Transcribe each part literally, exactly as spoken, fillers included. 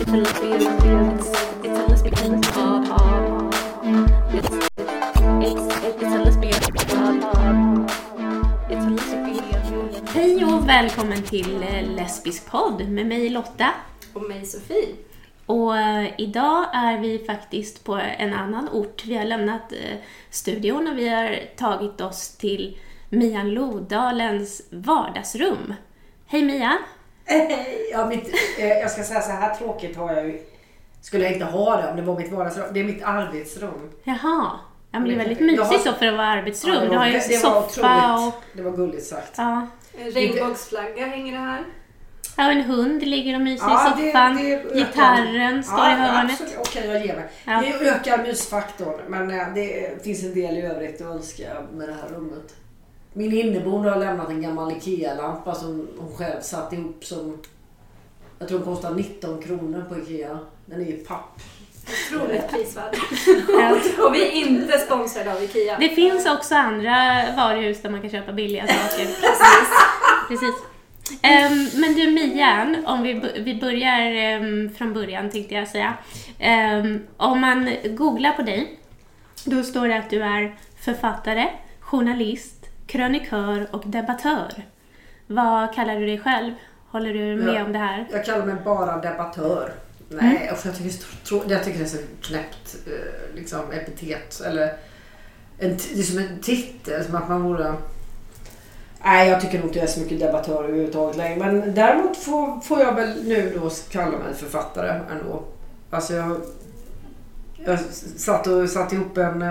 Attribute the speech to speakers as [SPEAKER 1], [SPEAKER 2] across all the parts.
[SPEAKER 1] It's a lesbian. It's, it's a lesbian pod. It's it's it's a lesbian pod. It's a lesbian. Hej och välkommen till Lesbisk podd med mig Lotta
[SPEAKER 2] och mig Sofie.
[SPEAKER 1] Och uh, idag är vi faktiskt på en annan ort. Vi har lämnat uh, studion och vi har tagit oss till Mia Lodalens vardagsrum. Hej Mia!
[SPEAKER 3] Hej! Ja, mitt, eh, jag ska säga så här tråkigt har jag ju, skulle jag inte ha det om det var mitt vardagsrum. Det är mitt arbetsrum.
[SPEAKER 1] Jaha, ja, men det är väldigt mysigt har, så för att vara arbetsrum. Ja, det var, du har ju det soffa
[SPEAKER 3] var
[SPEAKER 1] och...
[SPEAKER 3] Det var gulligt sagt.
[SPEAKER 1] Ja.
[SPEAKER 2] En regnbågsflagga hänger det här.
[SPEAKER 1] Ja, en hund ligger och myser
[SPEAKER 3] ja,
[SPEAKER 1] i soffan.
[SPEAKER 3] Det, det
[SPEAKER 1] Gitarren står
[SPEAKER 3] ja,
[SPEAKER 1] i hörnet.
[SPEAKER 3] Okej, okay, jag ger mig.
[SPEAKER 1] Ja.
[SPEAKER 3] Det ökar mysfaktorn, men det finns en del i övrigt att önska med det här rummet. Min inneboende har lämnat en gammal Ikea-lampa som hon själv satt ihop som, jag tror den kostar nitton kronor på Ikea. Den är ju papp.
[SPEAKER 2] Otroligt prisvärd. Och vi är inte sponsrade av Ikea.
[SPEAKER 1] Det finns också andra varuhus där man kan köpa billiga saker.
[SPEAKER 2] Precis.
[SPEAKER 1] Precis. Um, men du Mia, om vi, vi börjar um, från början tänkte jag säga. Um, om man googlar på dig, då står det att du är författare, journalist, krönikör och debattör. Vad kallar du dig själv? Håller du med
[SPEAKER 3] ja,
[SPEAKER 1] om det här?
[SPEAKER 3] Jag kallar mig bara debattör. Nej, mm. jag, tycker det, jag tycker det är så knäppt liksom, epitet. Eller en, det är som en titel, som att man vore... Nej, jag tycker nog inte jag är så mycket debattör överhuvudtaget längre. Men däremot får, får jag väl nu då kalla mig författare ändå. Alltså jag, jag satt och satt ihop en...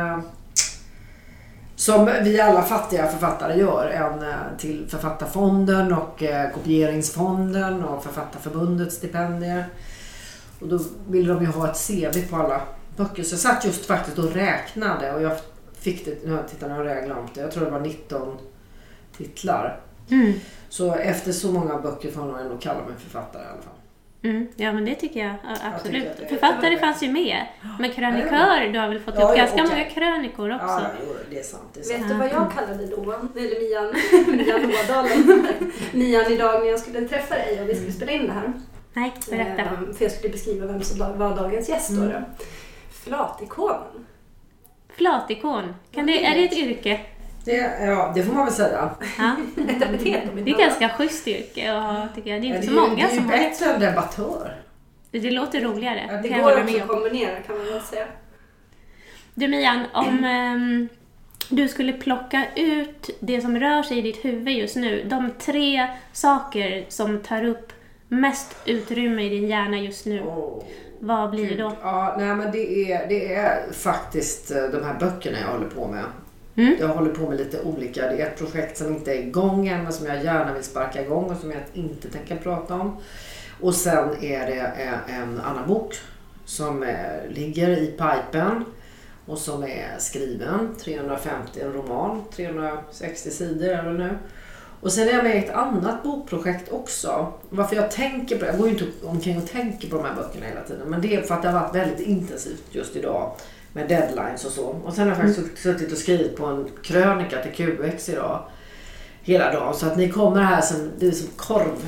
[SPEAKER 3] Som vi alla fattiga författare gör, en till Författarfonden och Kopieringsfonden och Författarförbundets stipendier. Och då ville de ju ha ett C V på alla böcker. Så jag satt just faktiskt och räknade och jag fick det, nu tittar när jag räknade om det, jag tror det var nitton titlar.
[SPEAKER 1] Mm.
[SPEAKER 3] Så efter så många böcker får man ändå kalla mig författare i alla fall.
[SPEAKER 1] Mm, ja men det tycker jag absolut.
[SPEAKER 3] Jag tycker
[SPEAKER 1] Författare fanns ju med. Men krönikör, du har väl fått ja, upp ganska ja, okay. många krönikor också.
[SPEAKER 3] Ja, ja det är sant. Det är sant.
[SPEAKER 2] Vet du vad jag kallade då? Eller Mian, Mian Lodalen. Mian idag när jag skulle träffa dig och vi skulle spela in det här.
[SPEAKER 1] Nej, berätta.
[SPEAKER 2] Ehm, för jag skulle beskriva vem som var dagens gäst då. Mm. Flatikonen.
[SPEAKER 1] Flatikon. Kan det, är det ett yrke?
[SPEAKER 3] Det, ja, det får man väl säga.
[SPEAKER 1] Ja.
[SPEAKER 2] Ett epitet.
[SPEAKER 1] Det är ganska schysst yrke och tycker jag. Det är inte
[SPEAKER 3] ja,
[SPEAKER 1] så
[SPEAKER 3] det,
[SPEAKER 1] många
[SPEAKER 3] det
[SPEAKER 1] som
[SPEAKER 3] har... Det är bättre än debattör.
[SPEAKER 1] Det, det låter roligare.
[SPEAKER 2] Ja, det kan går också att kombinera kan man väl säga.
[SPEAKER 1] Du Mian, om um, du skulle plocka ut det som rör sig i ditt huvud just nu. De tre saker som tar upp mest utrymme i din hjärna just nu. Oh. Vad blir det då?
[SPEAKER 3] Ja, nej men det är, det är faktiskt de här böckerna jag håller på med.
[SPEAKER 1] Mm.
[SPEAKER 3] Jag håller på med lite olika. Det är ett projekt som inte är igång än men som jag gärna vill sparka igång och som jag inte tänker prata om. Och sen är det en annan bok som ligger i pipen och som är skriven. trehundrafemtio, en roman. trehundrasextio sidor är det nu. Och sen är jag med i ett annat bokprojekt också. Varför jag tänker på, jag går ju inte omkring och tänker på de här böckerna hela tiden. Men det är för att det har varit väldigt intensivt just idag. Med deadlines och så. Och sen har jag faktiskt suttit och skrivit på en krönika till Q X idag. Hela dagen. Så att ni kommer här som, det är som korv,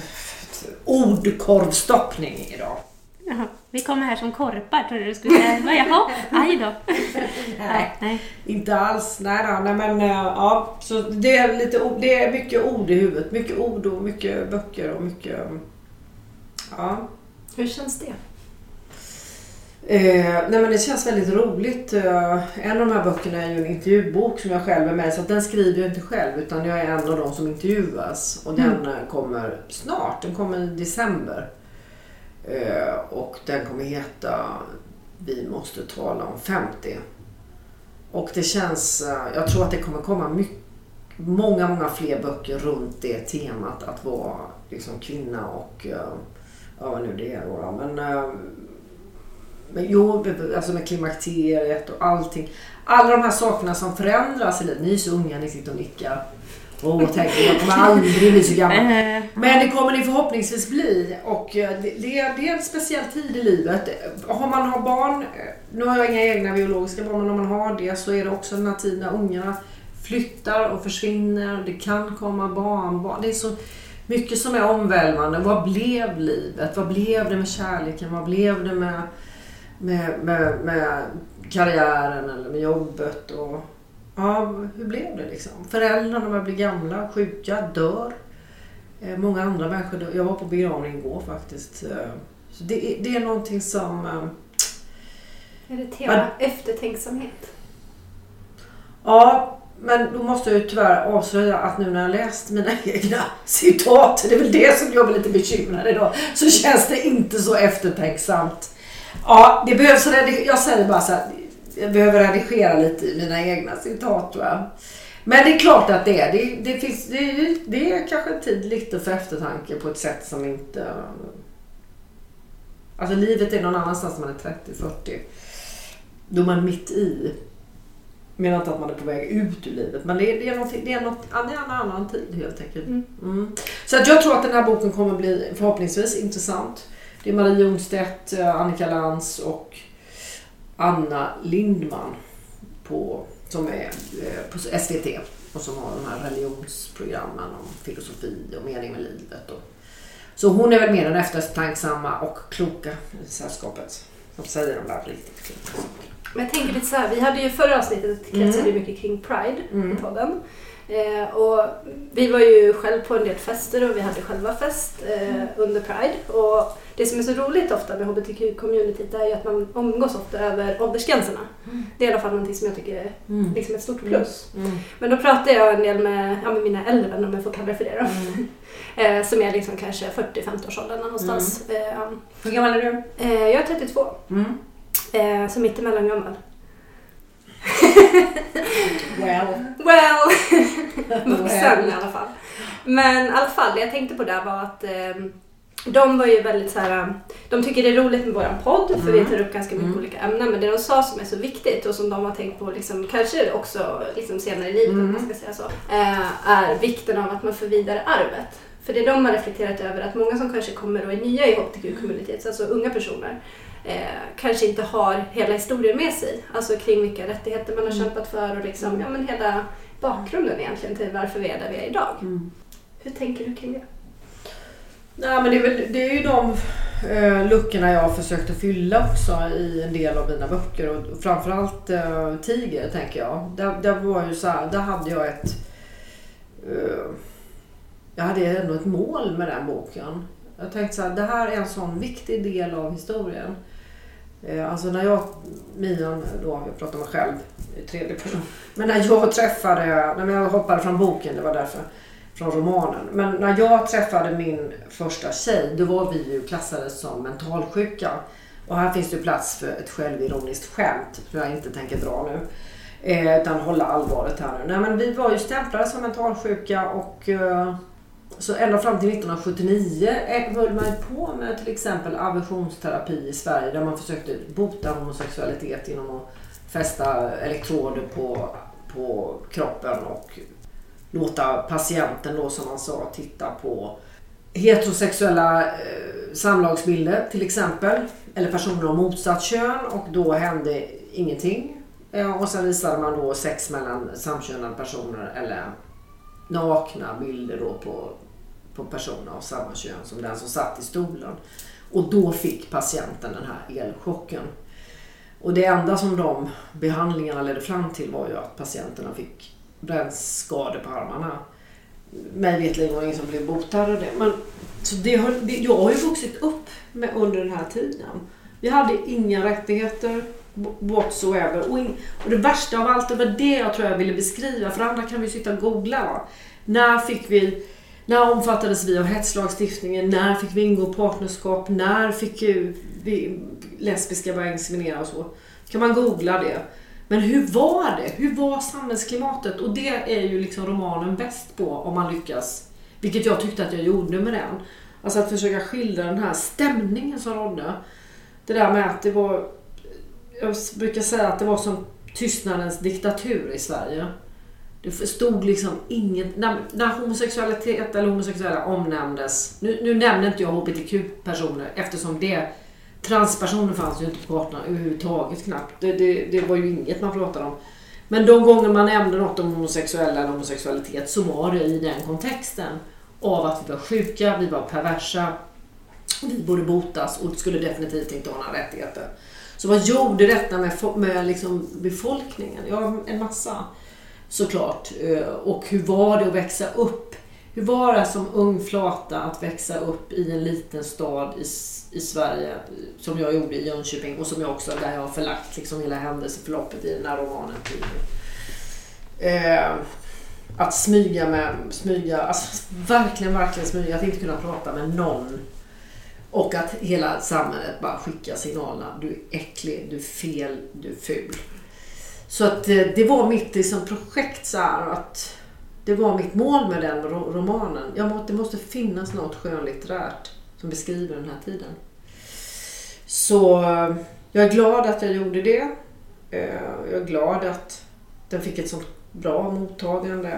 [SPEAKER 3] ordkorvstoppning idag.
[SPEAKER 1] Jaha, vi kommer här som korpar, tror du du skulle säga. Jaha, aj då.
[SPEAKER 3] nej, nej, inte alls. Nej, då, nej men ja, så det är lite det är mycket ord i huvudet, mycket ord och mycket böcker och mycket ja.
[SPEAKER 2] Hur känns det?
[SPEAKER 3] Eh, nej men det känns väldigt roligt. Eh, en av de här böckerna är ju en intervjubok som jag själv är med, så att den skriver jag inte själv utan jag är en av de som intervjuas och den mm. kommer snart, den kommer i december. Uh, och den kommer heta Vi måste tala om femtio. Och det känns, uh, jag tror att det kommer komma mycket, många, många fler böcker runt det temat att vara liksom kvinna och uh, ja vad nu det är då. Men, uh, men jo, alltså med klimakteriet och allting. Alla de här sakerna som förändras i livet. Ni är så unga, ni sitter och nickar. Och tänker, jag kommer aldrig bli så gammal. Men det kommer ni förhoppningsvis bli. Och det, det, är, det är en speciell tid i livet. Om man har barn, nu har jag inga egna biologiska barn, men om man har det så är det också den här tiden när ungarna flyttar och försvinner. Det kan komma barn. barn. Det är så, mycket som är omvälvande. Vad blev livet? Vad blev det med kärleken? Vad blev det med, med, med, med karriären eller med jobbet? Och, ja, hur blev det liksom? Föräldrarna börjar bli gamla, sjuka, dör. Eh, många andra människor dör. Jag var på begravning igår faktiskt. Så det, är, det är någonting som... Eh,
[SPEAKER 2] är det tema att, eftertänksamhet?
[SPEAKER 3] Ja, men då måste jag ju tyvärr avslöja att nu när jag läst mina egna citat, det är väl det som jag blir lite bekymrad idag, så känns det inte så eftertänksamt. Ja, det behövs redigera, jag säger bara så här, jag behöver redigera lite i mina egna citat, tror jag. Men det är klart att det är, det, det, finns, det, det är kanske tid lite för eftertanke på ett sätt som inte... Alltså livet är någon annanstans när man är trettio fyrtio. Då är man mitt i. Menar inte att man är på väg ut ur livet. Men det är, det är, det är, något, det är en annan tid helt enkelt. Mm. Mm. Så att jag tror att den här boken kommer bli förhoppningsvis intressant. Det är Marie Ljungstedt, Annika Lantz och Anna Lindman på, som är på S V T. Och som har de här religionsprogrammen om filosofi och mening med livet. Och, så hon är väl mer den eftertänksamma och kloka i sällskapet. Som säger de där riktigt kloka saker.
[SPEAKER 2] Men jag tänker lite så här, vi hade ju förra avsnittet kretsade mm. mycket kring Pride mm. i podden. Eh, och vi var ju själv på en del fester och vi hade själva fest eh, mm. under Pride. Och det som är så roligt ofta med H B T Q-communityt är ju att man umgås ofta över åldersgränserna. Mm. Det är i alla fall någonting som jag tycker är mm. liksom ett stort plus. Mm. Mm. Men då pratar jag en del med, ja, med mina äldre vänner, om jag får kalla det för det då. Mm. eh, som är liksom kanske fyrtio femtio års åldern någonstans. Mm. Eh,
[SPEAKER 3] Hur gammal är du?
[SPEAKER 2] Eh, jag är trettiotvå. Mm. Eh, så mitt emellan gammal.
[SPEAKER 3] well.
[SPEAKER 2] Well. Vuxen i alla fall. Men i alla fall, det jag tänkte på där var att eh, de var ju väldigt så här, de tycker det är roligt med våran podd för mm. vi tar upp ganska mycket mm. olika ämnen, men det de sa som är så viktigt och som de har tänkt på liksom, kanske också liksom senare i livet mm. om man ska säga så, eh, är vikten av att man får vidare arvet. För det de har reflekterat över att många som kanske kommer och är nya i H B T Q-communityt, alltså unga personer, eh, kanske inte har hela historien med sig. Alltså kring vilka rättigheter man har mm. kämpat för och liksom, ja, men hela bakgrunden egentligen till varför vi är där vi är idag. Mm. Hur tänker du kring det?
[SPEAKER 3] Nej, men det är, väl, det är ju de eh, luckorna jag har försökt att fylla också i en del av mina böcker. Och framförallt eh, Tiger, tänker jag. Där, där var ju så här, där hade jag ett... Eh, jag hade ändå ett mål med den boken. Jag tänkte så här, det här är en sån viktig del av historien. Eh, alltså när jag, Mian då, jag pratar om mig själv i tredje person. Men när jag träffade, när jag hoppade från boken, det var därför, från romanen. Men när jag träffade min första tjej, då var vi ju klassade som mentalsjuka. Och här finns det plats för ett självironiskt skämt, som jag inte tänker dra nu. Eh, utan hålla allvaret här nu. Nej, men vi var ju stämplade som mentalsjuka och... Eh, Så ända fram till nittonhundrasjuttionio höll man på med till exempel aversionsterapi i Sverige, där man försökte bota homosexualitet genom att fästa elektroder på, på kroppen och låta patienten då, som man sa, titta på heterosexuella eh, samlagsbilder till exempel, eller personer av motsatt kön, och då hände ingenting. Eh, och sen visade man då sex mellan samkönade personer eller nakna bilder då på, på personer av samma kön som den som satt i stolen. Och då fick patienten den här elchocken. Och det enda som de behandlingarna ledde fram till var ju att patienterna fick brännskador på armarna. Mig vetligen var ingen som blev botad av det. Men, så det har, det, jag har ju vuxit upp med under den här tiden. Vi hade inga rättigheter whatsoever. Och, in, och det värsta av allt, det var det jag tror jag ville beskriva. För andra kan vi sitta och googla. Va? När fick vi, när omfattades vi av hetslagstiftningen? När fick vi ingå partnerskap? När fick vi lesbiska börja inseminera och så? Kan man googla det? Men hur var det? Hur var samhällsklimatet? Och det är ju liksom romanen bäst på, om man lyckas. Vilket jag tyckte att jag gjorde med den. Alltså att försöka skildra den här stämningen som rådde. Det där med att det var... Jag brukar säga att det var som tystnadens diktatur i Sverige. Det stod liksom inget... När, när homosexualitet eller homosexuella omnämndes... Nu, nu nämner inte jag H B T Q-personer eftersom det... Transpersoner fanns ju inte på kartorna överhuvudtaget knappt. Det, det, det var ju inget man pratade om. Men de gånger man nämnde något om homosexuella eller homosexualitet så var det i den kontexten. av att vi var sjuka, vi var perversa, vi borde botas och skulle definitivt inte ha några rättigheter. Så vad gjorde detta med, med liksom befolkningen? Ja, en massa såklart. Och hur var det att växa upp? Hur var det som ung flata att växa upp i en liten stad i, i Sverige som jag gjorde i Jönköping och som jag också, där jag har förlagt liksom hela händelseförloppet i den här romanen till. Eh, att smyga med, smyga, alltså verkligen, verkligen smyga, att inte kunna prata med någon. Och att hela samhället bara skickar signalerna. Du är äcklig, du är fel, du är ful. Så att det var mitt liksom, projekt så här, att det var mitt mål med den romanen. Jag må, det måste finnas något skönlitterärt som beskriver den här tiden. Så jag är glad att jag gjorde det. Jag är glad att den fick ett sånt bra mottagande.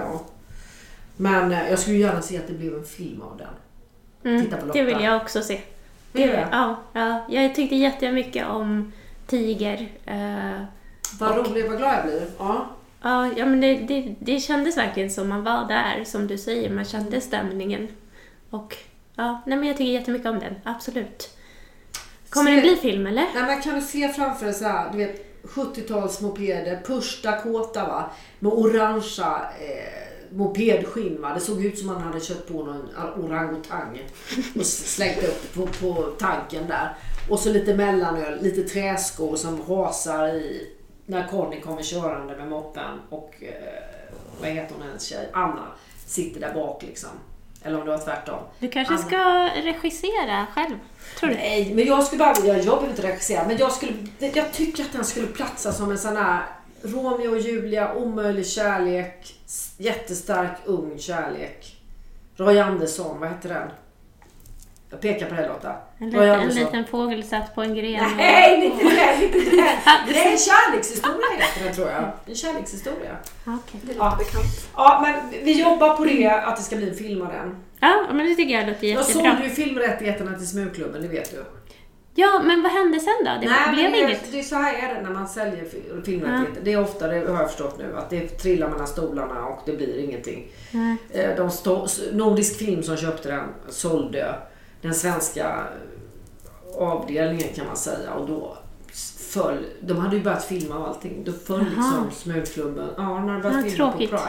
[SPEAKER 3] Men jag skulle gärna se att det blev en film av den.
[SPEAKER 1] Mm, Titta på Lotta. Det vill jag också se. Det, det? Ja, ja, jag tyckte jättemycket om Tiger. Eh,
[SPEAKER 3] vad roligt, vad glad jag blir. Ja,
[SPEAKER 1] ja, ja men det, det, det kändes verkligen som man var där, som du säger. Man kände stämningen. Och ja, nej, men jag tycker jättemycket om den, absolut. Kommer se, det bli film, eller?
[SPEAKER 3] Nej, men kan du se framför dig så här, du vet, sjuttio-tals mopeder, Push Dakota, va? Med orangea eh, mopedskinn, va? Det såg ut som man hade kört på någon orangutang och slängt upp på, på tanken där. Och så lite mellanöl, lite träskor som hasar i när Conny kommer körande med moppen och eh, vad heter hon, hennes tjej? Anna sitter där bak liksom. Eller om det var tvärtom.
[SPEAKER 1] Du kanske Anna ska regissera själv, tror du?
[SPEAKER 3] Nej, men jag skulle bara, jag jobbar inte regissera, men jag skulle, jag tycker att den skulle platsa som en sån här Romeo och Julia, omöjlig kärlek, jättestark ung kärlek. Roy Andersson, vad heter den? Jag pekar på det, Lotta.
[SPEAKER 1] En, liten, en liten fågel satt på en gren.
[SPEAKER 3] Nej, inte det, inte det. Det är en kärlekshistoria heter det, tror jag. En kärlekshistoria.
[SPEAKER 1] Okay.
[SPEAKER 2] Det låter bekant.
[SPEAKER 3] Ja, men vi jobbar på det, att det ska bli en film av den.
[SPEAKER 1] Ja, men det tycker jag låter jättebra.
[SPEAKER 3] Jag såg ju filmrättigheterna till Smugklubben, det vet du.
[SPEAKER 1] Ja, men vad hände sen då? Det
[SPEAKER 3] Nej,
[SPEAKER 1] blev
[SPEAKER 3] det,
[SPEAKER 1] inget.
[SPEAKER 3] Det är så här är det när man säljer filmrättigheter. Ja. Det är ofta, det har jag förstått nu, att det trillar mellan stolarna och det blir ingenting. Mm. De stå, Nordisk Film som köpte den sålde den svenska avdelningen, kan man säga, och då föll, de hade ju börjat filma och allting, då föll Aha. liksom Smugklubben, ja, när de började filma på Pride.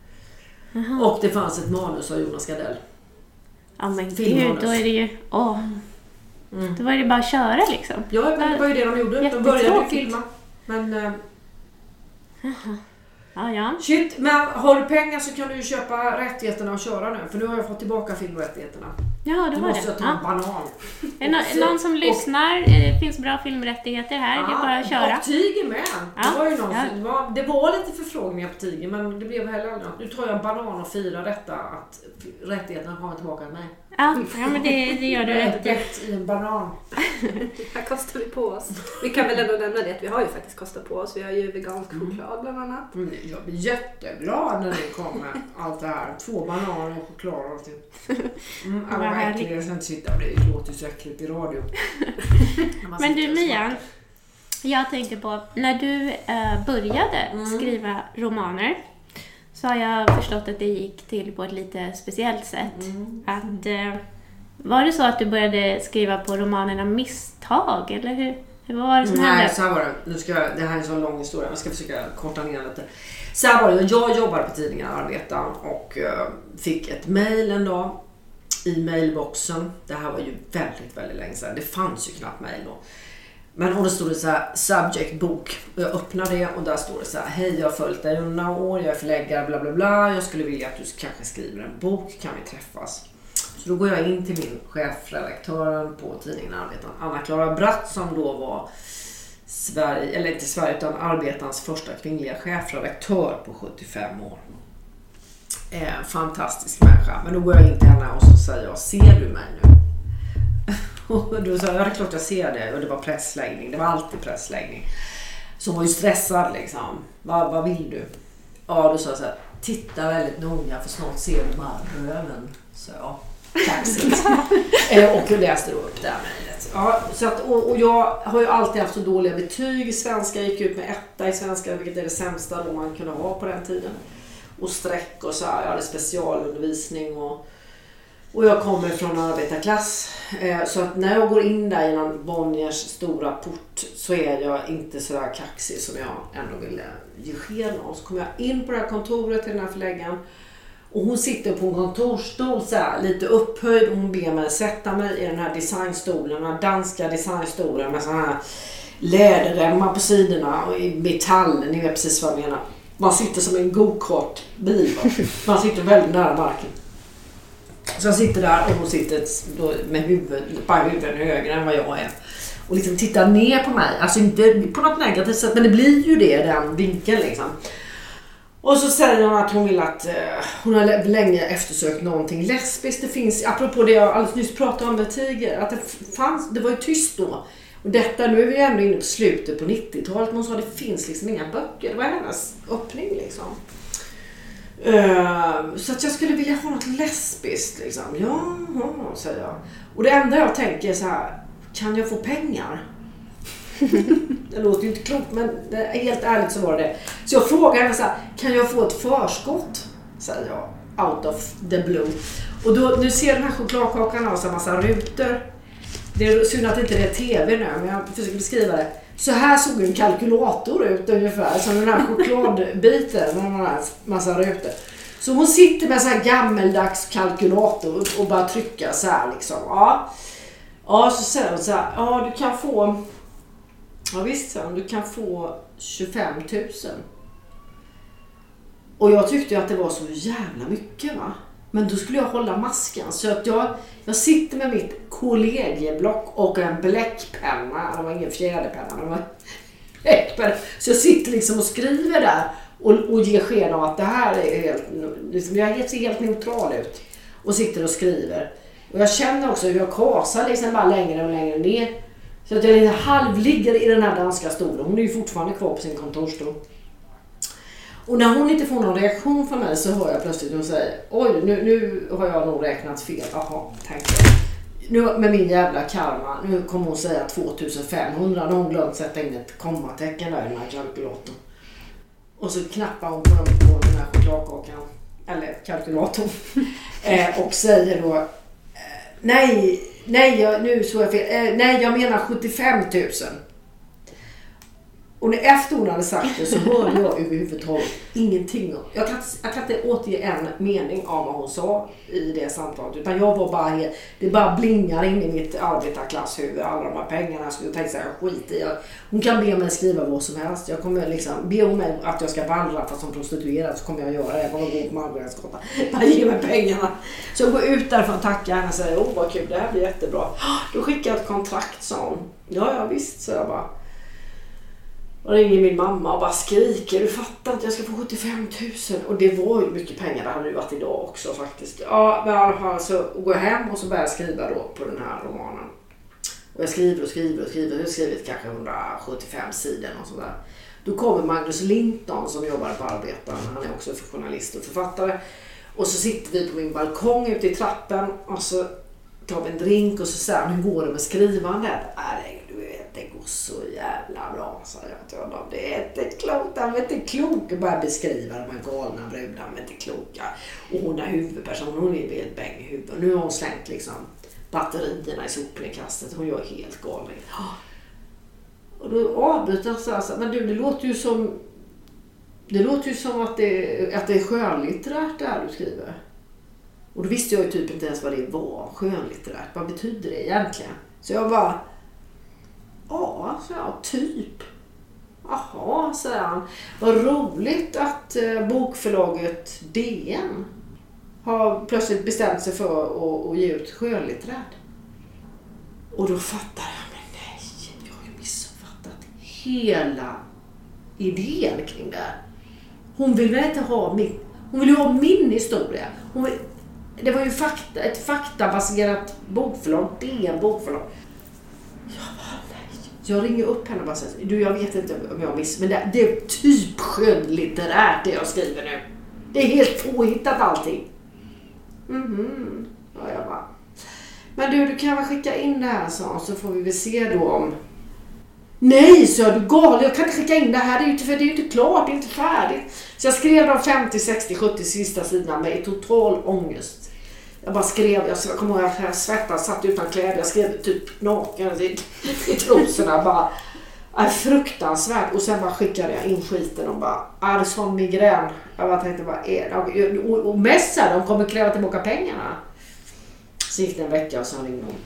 [SPEAKER 3] Aha. Och det fanns ett manus av Jonas Gardell.
[SPEAKER 1] Ja, men gud, då är det ju, åh. Mm. Då var det bara att köra liksom.
[SPEAKER 3] Ja, men det var ju det de gjorde. De började ju filma. Men äh,
[SPEAKER 1] ja, ja.
[SPEAKER 3] Shit, men har du pengar så kan du ju köpa rättigheterna och köra nu. För nu har jag fått tillbaka filmrättigheterna.
[SPEAKER 1] Ja, det
[SPEAKER 3] du
[SPEAKER 1] var
[SPEAKER 3] måste
[SPEAKER 1] det.
[SPEAKER 3] Jag ta
[SPEAKER 1] ja.
[SPEAKER 3] en banan.
[SPEAKER 1] Är no- någon som och, lyssnar, det finns bra filmrättigheter här. Ja, det är bara att köra.
[SPEAKER 3] Och Tiger med.
[SPEAKER 1] Ja.
[SPEAKER 3] Det var ju någon ja. som, det, var, det var lite förfrågningar på Tiger, men det blev heller aldrig något. Nu tar jag en banan och firar detta att rättigheterna kommer tillbaka till mig.
[SPEAKER 1] Ja, ja, men det, det gör du rätt
[SPEAKER 3] i. en banan.
[SPEAKER 2] Här kostar vi på oss. Vi kan väl ändå nämna det att vi har ju faktiskt kostat på oss. Vi har ju vegansk choklad bland annat.
[SPEAKER 3] Mm, jag blir jätteglad när det kommer allt det här. Två bananer och choklad och typ. Mm, alla var äckliga. Jag ska inte sitta och det låter så äckligt i radio.
[SPEAKER 1] Men du Mia, jag tänkte på när du äh, började mm. skriva romaner, så har jag förstått att det gick till på ett lite speciellt sätt. Mm. Att, eh, var det så att du började skriva på romanerna misstag, eller hur, hur var det som
[SPEAKER 3] Nej,
[SPEAKER 1] hände?
[SPEAKER 3] Nej, så här var det. Nu ska jag, det här är en så lång historia, jag ska försöka korta ner lite. Så här var det, jag jobbade på tidningen Arbetaren och uh, fick ett mejl en dag i mailboxen. Det här var ju väldigt, väldigt länge sedan. Det fanns ju knappt mejl då. Men och då stod det så här, subject bok. Och jag öppnade det och där står det så här: hej, jag har följt dig under några år, jag är förläggare, bla bla bla. Jag skulle vilja att du kanske skriver en bok, kan vi träffas? Så då går jag in till min chefredaktören på tidningen Arbetaren, Anna-Klara Bratt, som då var Sverige, eller inte Sverige utan Arbetarens första kvinnliga chefredaktör på sjuttiofem år. Eh, fantastisk människa. Men då går jag in till henne och så säger jag: ser du mig nu? Och då sa jag: ja, det är klart jag ser det. Och det var pressläggning, det var alltid pressläggning. Så hon var ju stressad liksom. Vad, vad vill du? Ja, då sa jag så här: titta väldigt noga för snart ser du bara röven. Så ja, taxigt. Och jag läste då upp det här mejlet. Ja, så att, och, och jag har ju alltid haft så dåliga betyg i svenska. Jag gick ut med etta i svenska, vilket är det sämsta då man kunde ha på den tiden. Och streck och så här, jag hade specialundervisning och Och jag kommer från arbetarklass. Så att när jag går in där genom Bonniers stora port så är jag inte så där kaxig som jag ändå ville ge sken av. Så kommer jag in på det här kontoret till den här förläggaren. Och hon sitter på en kontorsstol så här, lite upphöjd. Och hon ber mig sätta mig i den här designstolen. Den här danska designstolen med sådana här läderremmar på sidorna. Och i metall, ni vet precis vad jag menar. Man sitter som en go-kart bil. Man sitter väldigt nära marken. Så jag sitter där och hon sitter då med huvudet, bara huvudet högre än vad jag är. Och liksom tittar ner på mig. Alltså inte på något negativt sätt, men det blir ju det, den vinkeln liksom. Och så säger hon att hon vill att eh, hon har länge eftersökt någonting lesbiskt. Det finns, apropå det jag alldeles nyss pratade om med Tiger, att det fanns, det var ju tyst då. Och detta, nu är vi ändå inne på slutet på nittiotalet. Men hon sa att det finns liksom inga böcker. Det var hennes öppning liksom. Uh, så att jag skulle vilja ha något lesbiskt liksom. Ja, ja, säger jag. Och det enda jag tänker är så här: kan jag få pengar? Det låter ju inte klokt, men det, helt ärligt så var det. Så jag frågar henne så här: kan jag få ett förskott? Säger jag, out of the blue. Och då, nu ser den här chokladkakan har så massa rutor. Det är synd att inte det är tv nu, men jag försöker beskriva det. Så här såg en kalkylator ut ungefär, som den här chokladbiten med en massa rutor. Så hon sitter med så här gammeldags kalkylator och bara trycka så här liksom. Ja, ja så säger hon så här: ja, du kan få, ja visst, så du kan få tjugofem tusen. Och jag tyckte att det var så jävla mycket, va. Men då skulle jag hålla masken. Så att jag, jag sitter med mitt kollegieblock och en bläckpenna. Det var ingen fjäderpenna, det var bläckpenna. Så jag sitter liksom och skriver där. Och, och ger sken av att det här är helt, liksom, jag ser helt neutral ut. Och sitter och skriver. Och jag känner också hur jag kasar liksom bara längre och längre ner. Så att jag lite halvligger i den här danska stolen. Hon är ju fortfarande kvar på sin kontorstol. Och när hon inte får någon reaktion från mig så hör jag plötsligt hon säger: oj, nu, nu har jag nog räknat fel. Jaha, tänkte jag. Nu med min jävla karma, nu kommer hon säga tvåtusenfemhundra när hon glömt sätta in ett kommatecken där i den här kalkylatorn. Och så knappar hon på den, på den här chokladkakan, eller kalkylatorn, eh, och säger då: eh, nej, nej, jag, nu så jag fel. Eh, nej, jag menar sjuttiofem tusen. Och när efter hon hade sagt det så hörde jag överhuvudtaget ingenting. Jag kan, jag kan inte återge en mening av vad hon sa i det samtalet. Utan jag var bara helt, det bara blingar in i mitt arbetarklasshuvud. Alla de här pengarna skulle jag tänka så här, skit i. Hon kan be mig skriva vad som helst. Jag kommer liksom, be om mig att jag ska vandra fast som prostituerad, så kommer jag göra det. Jag kommer gå på Malmögränsgatan. Bara ge mig pengarna. Så jag går ut därifrån och tackar henne och säger: åh vad kul, det här blir jättebra. Då skickar jag ett kontrakt, sa hon. Ja, ja visst, så jag bara. Och ringer min mamma och bara skriker: du fattar inte, jag ska få sjuttiofem tusen. Och det var ju mycket pengar, det hade ju varit idag också faktiskt. Ja, men i alla fall så går jag hem och så börjar jag skriva då på den här romanen. Och jag skriver och skriver och skriver. Jag har skrivit kanske hundrasjuttiofem sidor och sådär. Då kommer Magnus Linton som jobbar på Arbetaren. Han är också journalist och författare. Och så sitter vi på min balkong ute i trappen och så tar vi en drink och så säger han: hur går det med skrivandet? Nej, du vet, det går så jävla bra, sa jag till honom. Det är inte klokt, han är inte klok att bara beskriva de här galna brudarna, de är inte kloka. Och hon är huvudperson, hon är helt bäng i huvudet. Nu har hon slängt liksom batterierna i sopnedkastet, hon gör helt galen. Och då avbryter han så här: men du, det låter ju som det låter ju som att det, att det är skönlitterärt det här du skriver. Och då visste jag ju typ inte ens vad det var, skönlitterärt. Vad betyder det egentligen? Så jag bara: ja, så jag, typ. Jaha, säger han. Vad roligt att eh, bokförlaget D N har plötsligt bestämt sig för att, att ge ut skönlitterärt. Och då fattar jag: men nej, jag har ju missuppfattat hela idén kring det här. Hon vill väl inte ha min, hon vill ju ha min historia. Hon vill, det var ju fakta, ett faktabaserat bokförlag, D N-bokförlag. Jag bara, nej. Jag ringer upp henne och bara säger: du, jag vet inte om jag miss, men det, det är typ skönlitterärt det jag skriver nu. Det är helt påhittat allting. Mhm. Ja, jag bara: men du, du kan väl skicka in det här, så, så får vi väl se då om... Nej, så är du gal, jag kan inte skicka in det här, det är ju inte, för det är ju inte klart, det är inte färdigt. Så jag skrev de femtio, sextio, sjuttio sista sidorna med total ångest. Jag bara skrev, jag kommer ihåg att jag svettades, satt utan kläder, jag skrev typ naken i, i trosorna bara. Är fruktansvärt. Och sen bara skickade jag in skiten och bara, är det sån migrän? Jag bara tänkte, vad är det? Och, och mest så här, de kommer kräva tillbaka pengarna. Så gick det en vecka och så ringde hon.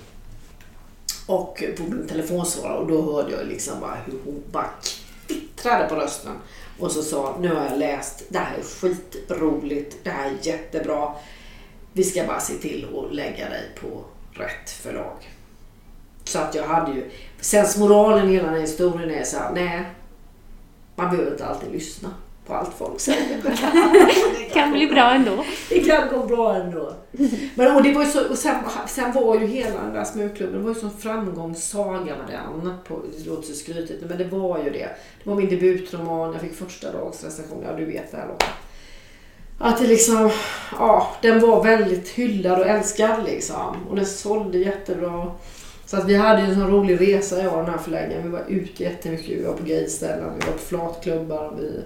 [SPEAKER 3] Och på min telefonsvarare och då hörde jag liksom bara hur hon bara kvittrade på rösten. Och så sa, nu har jag läst, det här är skitroligt, det här är jättebra. Vi ska bara se till att lägga dig på rätt förlag. Så att jag hade ju, sensmoralen i hela den här historien är så här, nej, man behöver inte alltid lyssna på allt folk säger.
[SPEAKER 1] Det kan bli bra ändå.
[SPEAKER 3] Det kan gå bra ändå. Men och det var ju så, och sen, sen var ju hela den där smörklubben, det var ju sån framgångssaga med den, på, det låter så skrytigt, men det var ju det. Det var min debutroman, jag fick första dags recension, ja du vet det här då. Att det liksom, ja, den var väldigt hyllad och älskad liksom. Och den sålde jättebra. Så att vi hade ju en sån rolig resa, jag och den här förläggaren. Vi var ute jättemycket, vi var på gayställen, vi var på flatklubbar, vi,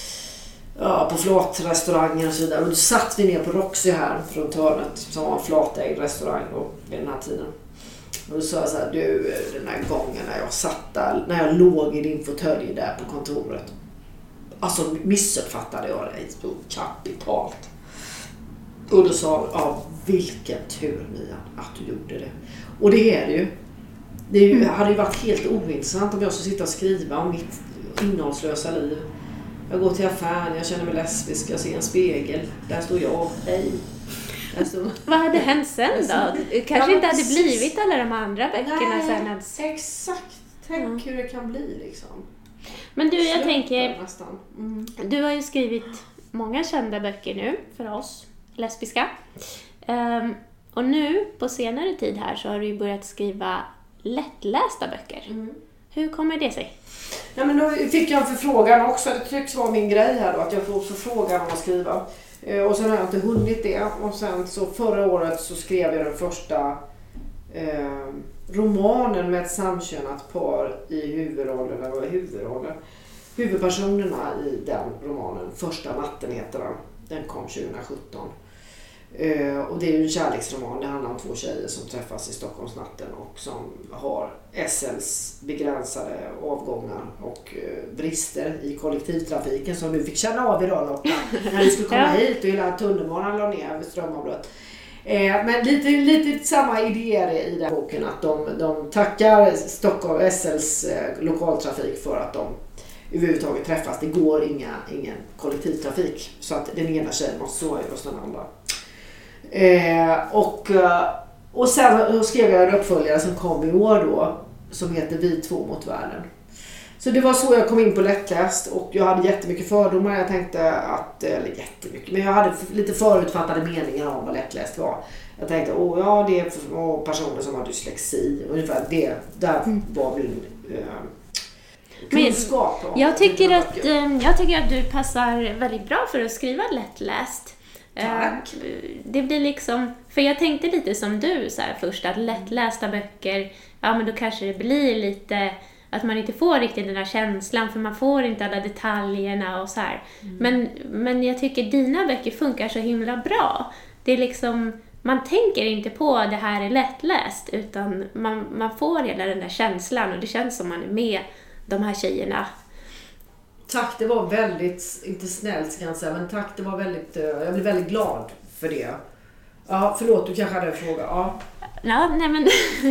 [SPEAKER 3] ja, på flatrestauranger och så vidare. Och då satt vi ner på Roxy här från hörnet, som var en flatägd restaurang då, vid den här tiden. Och då sa jag så här, du, den här gången när jag satt där, när jag låg i din fåtölj där på kontoret. Alltså missuppfattade jag dig så kapitalt. Och då sa jag, ja, vilken tur Mia att du gjorde det. Och det är det ju. Det är ju, hade ju varit helt ointressant om jag skulle sitta och skriva om mitt innehållslösa liv. Jag går till affären, jag känner mig lesbisk, jag ser en spegel. Där står jag, hej. Där står...
[SPEAKER 1] Vad hade hänt sen då? Kanske inte hade blivit alla de andra böckerna
[SPEAKER 3] Nej,
[SPEAKER 1] sen. Ens.
[SPEAKER 3] Exakt. Tänk mm. hur det kan bli liksom.
[SPEAKER 1] Men du, jag Sluta tänker,
[SPEAKER 3] mm.
[SPEAKER 1] du har ju skrivit många kända böcker nu för oss lesbiska. Um, och nu på senare tid här så har du ju börjat skriva lättlästa böcker. Mm. Hur kommer det sig?
[SPEAKER 3] Ja, men då fick jag en förfrågan också. Det tycks vara min grej här då, att jag får förfrågan om att skriva. Uh, och sen har jag inte hunnit det. Och sen så förra året så skrev jag den första uh, romanen med ett samkönat par i huvudrollen, eller huvudrollen. Huvudpersonerna i den romanen, Första natten heter den. Den kom tjugohundrasjutton. Uh, och det är ju en kärleksroman. Det handlar om två tjejer som träffas i Stockholmsnatten och som har S L:s begränsade avgångar och uh, brister i kollektivtrafiken som du fick känna av idag, Lotta, när du skulle komma ja. hit och hela tunnelbanan la ner vid strömavbrott. Uh, men lite, lite samma idéer i den boken, att de, de tackar Stockholm, S L:s uh, lokaltrafik för att de överhuvudtaget träffas. Det går inga, ingen kollektivtrafik, så att den ena tjejen måste sova hos den andra. Eh, och, och sen skrev jag en uppföljare som kom i år då, som heter Vi två mot världen. Så det var så jag kom in på lättläst, och jag hade jättemycket fördomar. Jag tänkte att, eller jättemycket, men jag hade lite förutfattade meningar om vad lättläst var. Jag tänkte, åh ja, det är för personer som har dyslexi, ungefär det, där mm. var min eh, kunskap.
[SPEAKER 1] Men jag tycker att, jag tycker att du passar väldigt bra för att skriva lättläst.
[SPEAKER 3] Tack.
[SPEAKER 1] Det blir liksom, för jag tänkte lite som du så här först, att lättlästa böcker, ja men då kanske det blir lite att man inte får riktigt den här känslan, för man får inte alla detaljerna och så här. Mm. Men, men jag tycker dina böcker funkar så himla bra. Det är liksom, man tänker inte på det här är lättläst, utan man, man får hela den där känslan, och det känns som man är med de här tjejerna.
[SPEAKER 3] Tack, det var väldigt, inte snällt kan jag säga, men tack, det var väldigt, jag blev väldigt glad för det. Ja, förlåt, du kanske hade en fråga. Ja,
[SPEAKER 1] ja nej men,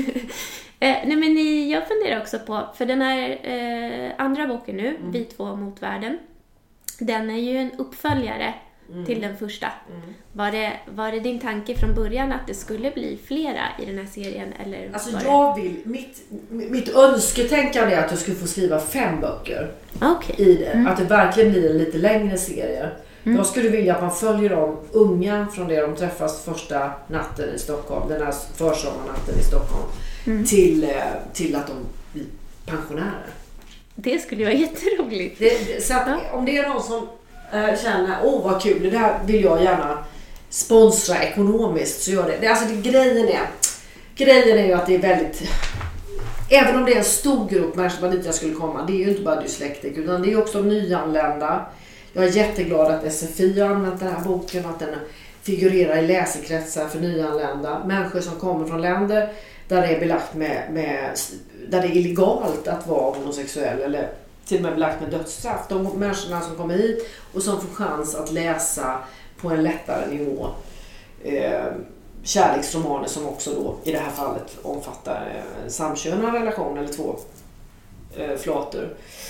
[SPEAKER 1] nej men jag funderar också på, för den här eh, andra boken nu, mm. Vi två mot världen, den är ju en uppföljare mm. till den första. Mm. Var det, var det din tanke från början att det skulle bli flera i den här serien? Eller
[SPEAKER 3] alltså jag vill, mitt, mitt önsketänkande är att jag skulle få skriva fem böcker
[SPEAKER 1] okay.
[SPEAKER 3] i det.
[SPEAKER 1] Mm.
[SPEAKER 3] Att det verkligen blir en lite längre serie. Mm. Jag skulle vilja att man följer de unga från det de träffas första natten i Stockholm, den här försommarnatten i Stockholm, mm. till, till att de blir pensionärer.
[SPEAKER 1] Det skulle vara jätteroligt.
[SPEAKER 3] Det, så att, ja. Om det är någon som äh, känner, åh vad kul, det här vill jag gärna sponsra ekonomiskt, så gör det. det alltså det, grejen är grejen är ju att det är väldigt, även om det är en stor grupp människor dit jag skulle komma, det är ju inte bara dyslektik, utan det är också nyanlända. Jag är jätteglad att S F I har använt den här boken, att den figurerar i läsekretsar för nyanlända. Människor som kommer från länder där det är belagt med, med där det är illegalt att vara homosexuell eller till och med belagt med dödsstraff. De människorna som kommer hit och som får chans att läsa på en lättare nivå eh, kärleksromaner som också då i det här fallet omfattar eh, samkönad relation eller två eh, flator.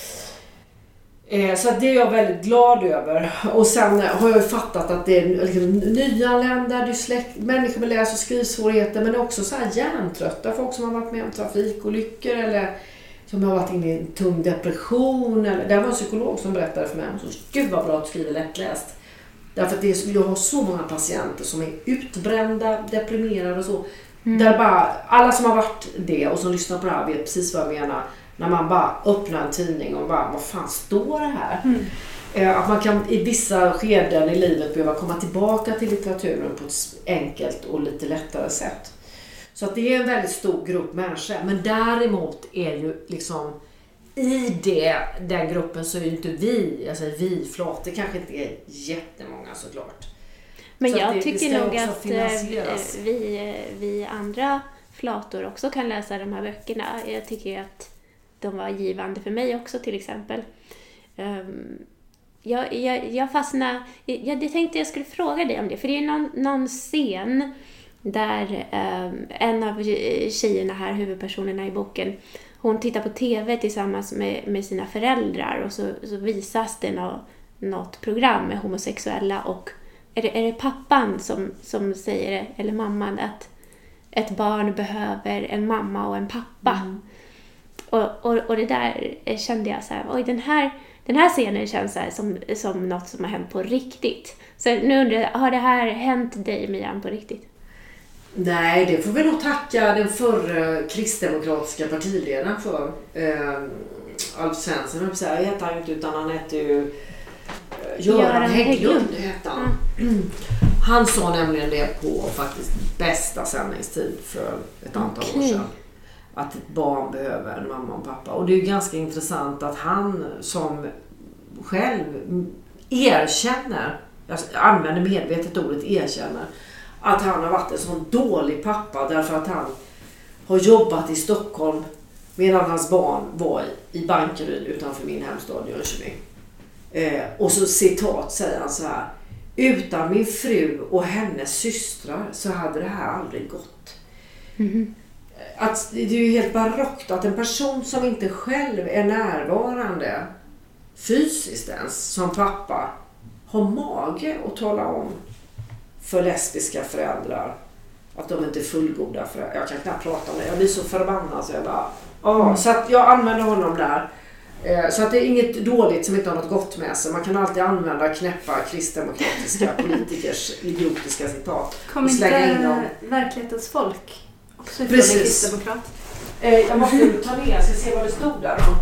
[SPEAKER 3] Eh, så det är jag väldigt glad över. Och sen har jag fattat att det är liksom, nyanlända, dyslekt, människor med läs- och skrivsvårigheter, men också så här hjärntrötta folk som har varit med om trafikolyckor eller som har varit inne i en tung depression. Eller, det var en psykolog som berättade för mig om så gud vad bra att skriva lättläst. Därför att det är, jag har så många patienter som är utbrända, deprimerade och så. Mm. Där bara, alla som har varit det och som lyssnar på det här vet precis vad jag menar. När man bara öppnar en tidning och bara, vad fan står det här? Mm. Eh, att man kan i vissa skeden i livet behöva komma tillbaka till litteraturen på ett enkelt och lite lättare sätt. Så att det är en väldigt stor grupp människor. Men däremot är ju liksom i det, den gruppen så är ju inte vi, alltså vi flator kanske inte är jättemånga såklart.
[SPEAKER 1] Men
[SPEAKER 3] så
[SPEAKER 1] jag
[SPEAKER 3] det,
[SPEAKER 1] tycker
[SPEAKER 3] det
[SPEAKER 1] nog att vi, vi andra flator också kan läsa de här böckerna. Jag tycker att de var givande för mig också till exempel. Um, jag, jag, jag fastnade, jag, jag tänkte jag skulle fråga dig om det. För det är någon, någon scen där um, en av tjejerna här, huvudpersonerna i boken, hon tittar på tv tillsammans med, med sina föräldrar och så, så visas det något, något program med homosexuella och är det, är det pappan som, som säger det, eller mamman, att ett barn behöver en mamma och en pappa. Mm. Och, och, och det där kände jag så här, oj den här, den här scenen känns så här som, som något som har hänt på riktigt. Så nu undrar jag, har det här hänt dig, Mian, på riktigt?
[SPEAKER 3] Nej, det får vi nog tacka den förra kristdemokratiska partiledaren för. Eh, Alf Svensson, jag heter han inte utan han heter ju eh, Göran, Göran Hägglund. Heter han. Mm. Han sa nämligen det på faktiskt bästa sändningstid för ett antal okay. år sedan. Att ett barn behöver en mamma och pappa. Och det är ju ganska intressant att han som själv erkänner, jag använder medvetet ordet erkänner, att han har varit en sån dålig pappa därför att han har jobbat i Stockholm medan hans barn var i Bankeryd utanför min hemstad Jönköping. Eh, och så citat säger han så här: utan min fru och hennes systrar så hade det här aldrig gått. Mm-hmm. Att det är ju helt barockt att en person som inte själv är närvarande fysiskt ens som pappa har mage att tala om för lesbiska föräldrar att de inte är fullgoda föräldrar. Jag kan knappt prata om det. Jag blir så förbannad så jag bara... Oh. Så att jag använder honom där. Så att det är inget dåligt som inte har något gott med sig. Man kan alltid använda knäppa kristdemokratiska politikers idiotiska citat.
[SPEAKER 2] Kom inte verklighetens folk också ifrån en kristdemokrat?
[SPEAKER 3] Jag måste ta ner, jag ska se vad det stod där då.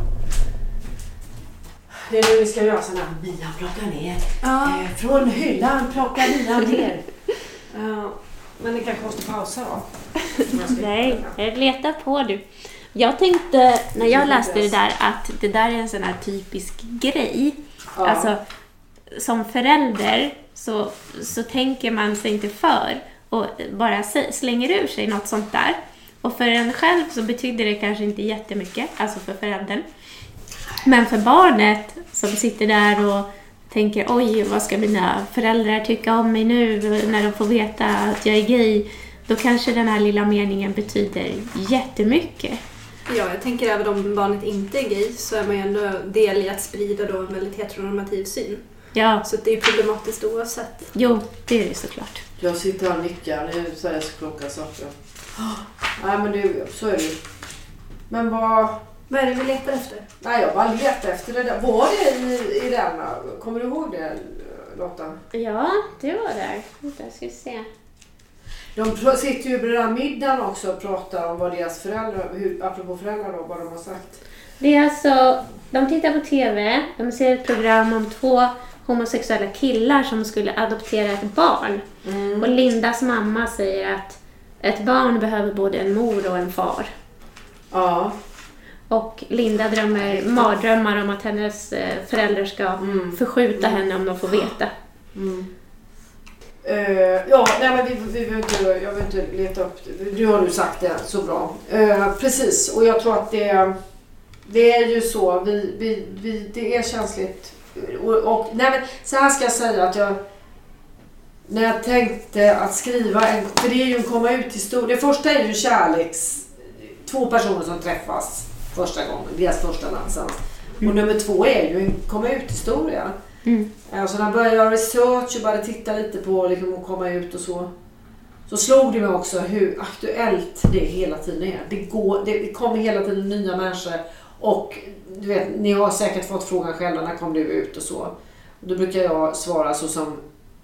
[SPEAKER 3] Det är nu vi ska göra sån här Mian plockar ner. Ja. Eh, från hyllan plockar Mian ner. uh, men det kanske måste pausa då.
[SPEAKER 1] Nej, jag letar på du. Jag tänkte när jag läste det där att det där är en sån här typisk grej. Ja. Alltså som förälder så, så tänker man sig inte för och bara slänger ur sig något sånt där. Och för en själv så betyder det kanske inte jättemycket, alltså för föräldern. Men för barnet som sitter där och tänker, oj, vad ska mina föräldrar tycka om mig nu när de får veta att jag är gay, då kanske den här lilla meningen betyder jättemycket.
[SPEAKER 2] Ja, jag tänker även om barnet inte är gay så är man ju ändå del i att sprida då en väldigt heteronormativ syn.
[SPEAKER 1] Ja.
[SPEAKER 2] Så det är problematiskt oavsett.
[SPEAKER 1] Jo, det är det såklart.
[SPEAKER 3] Jag sitter här och nickar, det är Sveriges klocka saker. Nej, men det, så är det ju. Men vad...
[SPEAKER 2] Vad är det vi letar efter?
[SPEAKER 3] Nej, jag bara letar efter det där. Var det i, i den? Kommer du ihåg det, Lotta?
[SPEAKER 1] Ja, det var där. Vänta, ska vi se.
[SPEAKER 3] De sitter ju på den här middagen också och pratar om vad deras föräldrar, hur, apropå föräldrar då, vad de har sagt.
[SPEAKER 1] Det är alltså, de tittar på tv, de ser ett program om två homosexuella killar som skulle adoptera ett barn. Mm. Och Lindas mamma säger att ett barn behöver både en mor och en far.
[SPEAKER 3] Ja.
[SPEAKER 1] Och Linda drömmer mardrömmar om att hennes föräldrar ska mm. förskjuta mm. henne om de får veta.
[SPEAKER 3] Mm. Uh, ja, nej men vi, vi behöver inte, jag vill inte leta upp det. Nu har du sagt det så bra. Uh, precis, och jag tror att det, det är ju så. Vi, vi, vi, det är känsligt. Och, och, nej men, så här ska jag säga att jag... När jag tänkte att skriva en... För det är ju en komma ut historia. Det första är ju kärleks... Två personer som träffas första gången. Deras första dansen. Mm. Och nummer två är ju en komma ut historia. Mm. Alltså när jag började göra research och började titta lite på liksom, att komma ut och så. Så slog det mig också hur aktuellt det hela tiden är. Det, går, det kommer hela tiden nya människor. Och du vet, ni har säkert fått frågan själva, när kom du ut och så. Och då brukar jag svara så som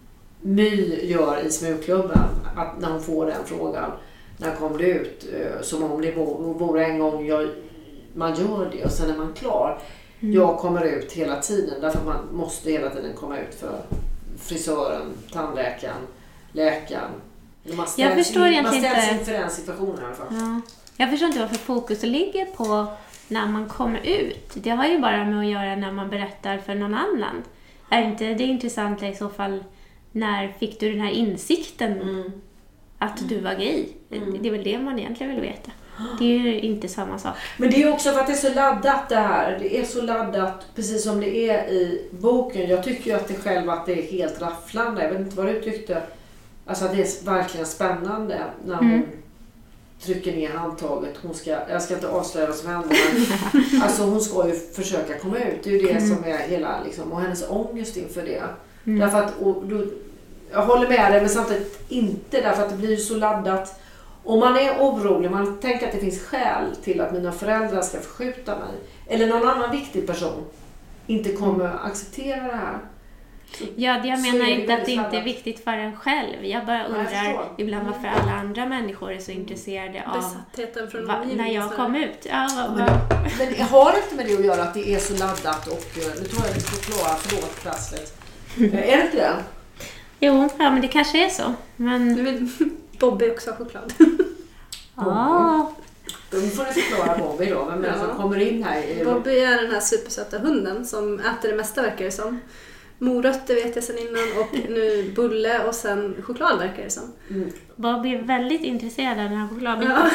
[SPEAKER 3] My gör i Smugklubben. Att när hon får den frågan, när kom du ut? Som om det vore en gång jag, man gör det och sen är man klar. Mm. Jag kommer ut hela tiden, därför att man måste hela tiden komma ut för frisören, tandläkaren, läkaren. Man ställs,
[SPEAKER 1] jag förstår
[SPEAKER 3] in, man ställs
[SPEAKER 1] inte.
[SPEAKER 3] inför den situationen i alla fall.
[SPEAKER 1] Ja. Jag förstår inte varför fokus ligger på när man kommer ut. Det har ju bara med att göra när man berättar för någon annan. Är inte det intressant i så fall, när fick du den här insikten mm. att mm. du var gay? Mm. Det är väl det man egentligen vill veta. Det är ju inte samma sak.
[SPEAKER 3] Men det är också för att det är så laddat det här. Det är så laddat, precis som det är i boken. Jag tycker ju att det själv att det är helt rafflande. Jag vet inte vad du tyckte. Alltså att det är verkligen spännande när hon mm. trycker ner handtaget. Hon ska, jag ska inte avslöja vad som händer. Men alltså hon ska ju försöka komma ut. Det är ju det mm. som är hela, liksom, och hennes ångest inför det. Mm. Därför att, och, då, jag håller med dig, men samtidigt inte, därför att det blir så laddat. Om man är orolig, man tänker att det finns skäl till att mina föräldrar ska förskjuta mig. Eller någon annan viktig person inte kommer att acceptera det här. Så,
[SPEAKER 1] ja, det jag menar inte att det inte är viktigt för en själv. Jag bara undrar jag ibland varför alla andra människor är så intresserade av
[SPEAKER 2] från
[SPEAKER 1] va, när jag kom ut. Ja, va, va.
[SPEAKER 3] Men, men jag har inte med det att göra att det är så laddat och nu tar jag lite choklad, förlåt plötsligt. Är det inte det?
[SPEAKER 1] Jo, ja, men det kanske är så. Men...
[SPEAKER 2] Bobby också har choklad.
[SPEAKER 1] Ja.
[SPEAKER 3] Då får du förklara Bobby då. Vem är det som kommer in här?
[SPEAKER 2] Bobby är den här supersöta hunden som äter det mesta, verkar det som. Morötter vet jag sedan innan och nu bulle och sen choklad, verkar det som.
[SPEAKER 1] Mm. Bobby är väldigt intresserad av den här chokladen. Ja.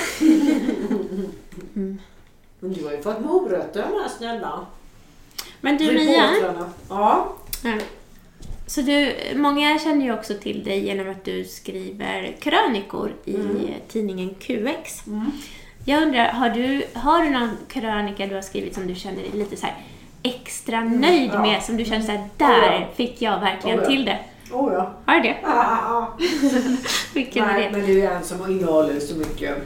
[SPEAKER 3] mm. Men du har ju fått morötter, den här snälla.
[SPEAKER 1] Men du Mia.
[SPEAKER 3] Ja.
[SPEAKER 1] ja. Så du, många känner ju också till dig genom att du skriver krönikor i mm. tidningen Q X. Mm. Jag undrar, har du, har du någon krönika du har skrivit som du känner dig lite så här extra nöjd mm, ja. med? Som du känner så här, där oh, ja. fick jag verkligen oh, ja. till det.
[SPEAKER 3] Oh, ja.
[SPEAKER 1] Har du det?
[SPEAKER 3] Ah, ah, ah.
[SPEAKER 1] Vilken
[SPEAKER 3] Nej,
[SPEAKER 1] är det?
[SPEAKER 3] men det är en som innehåller så mycket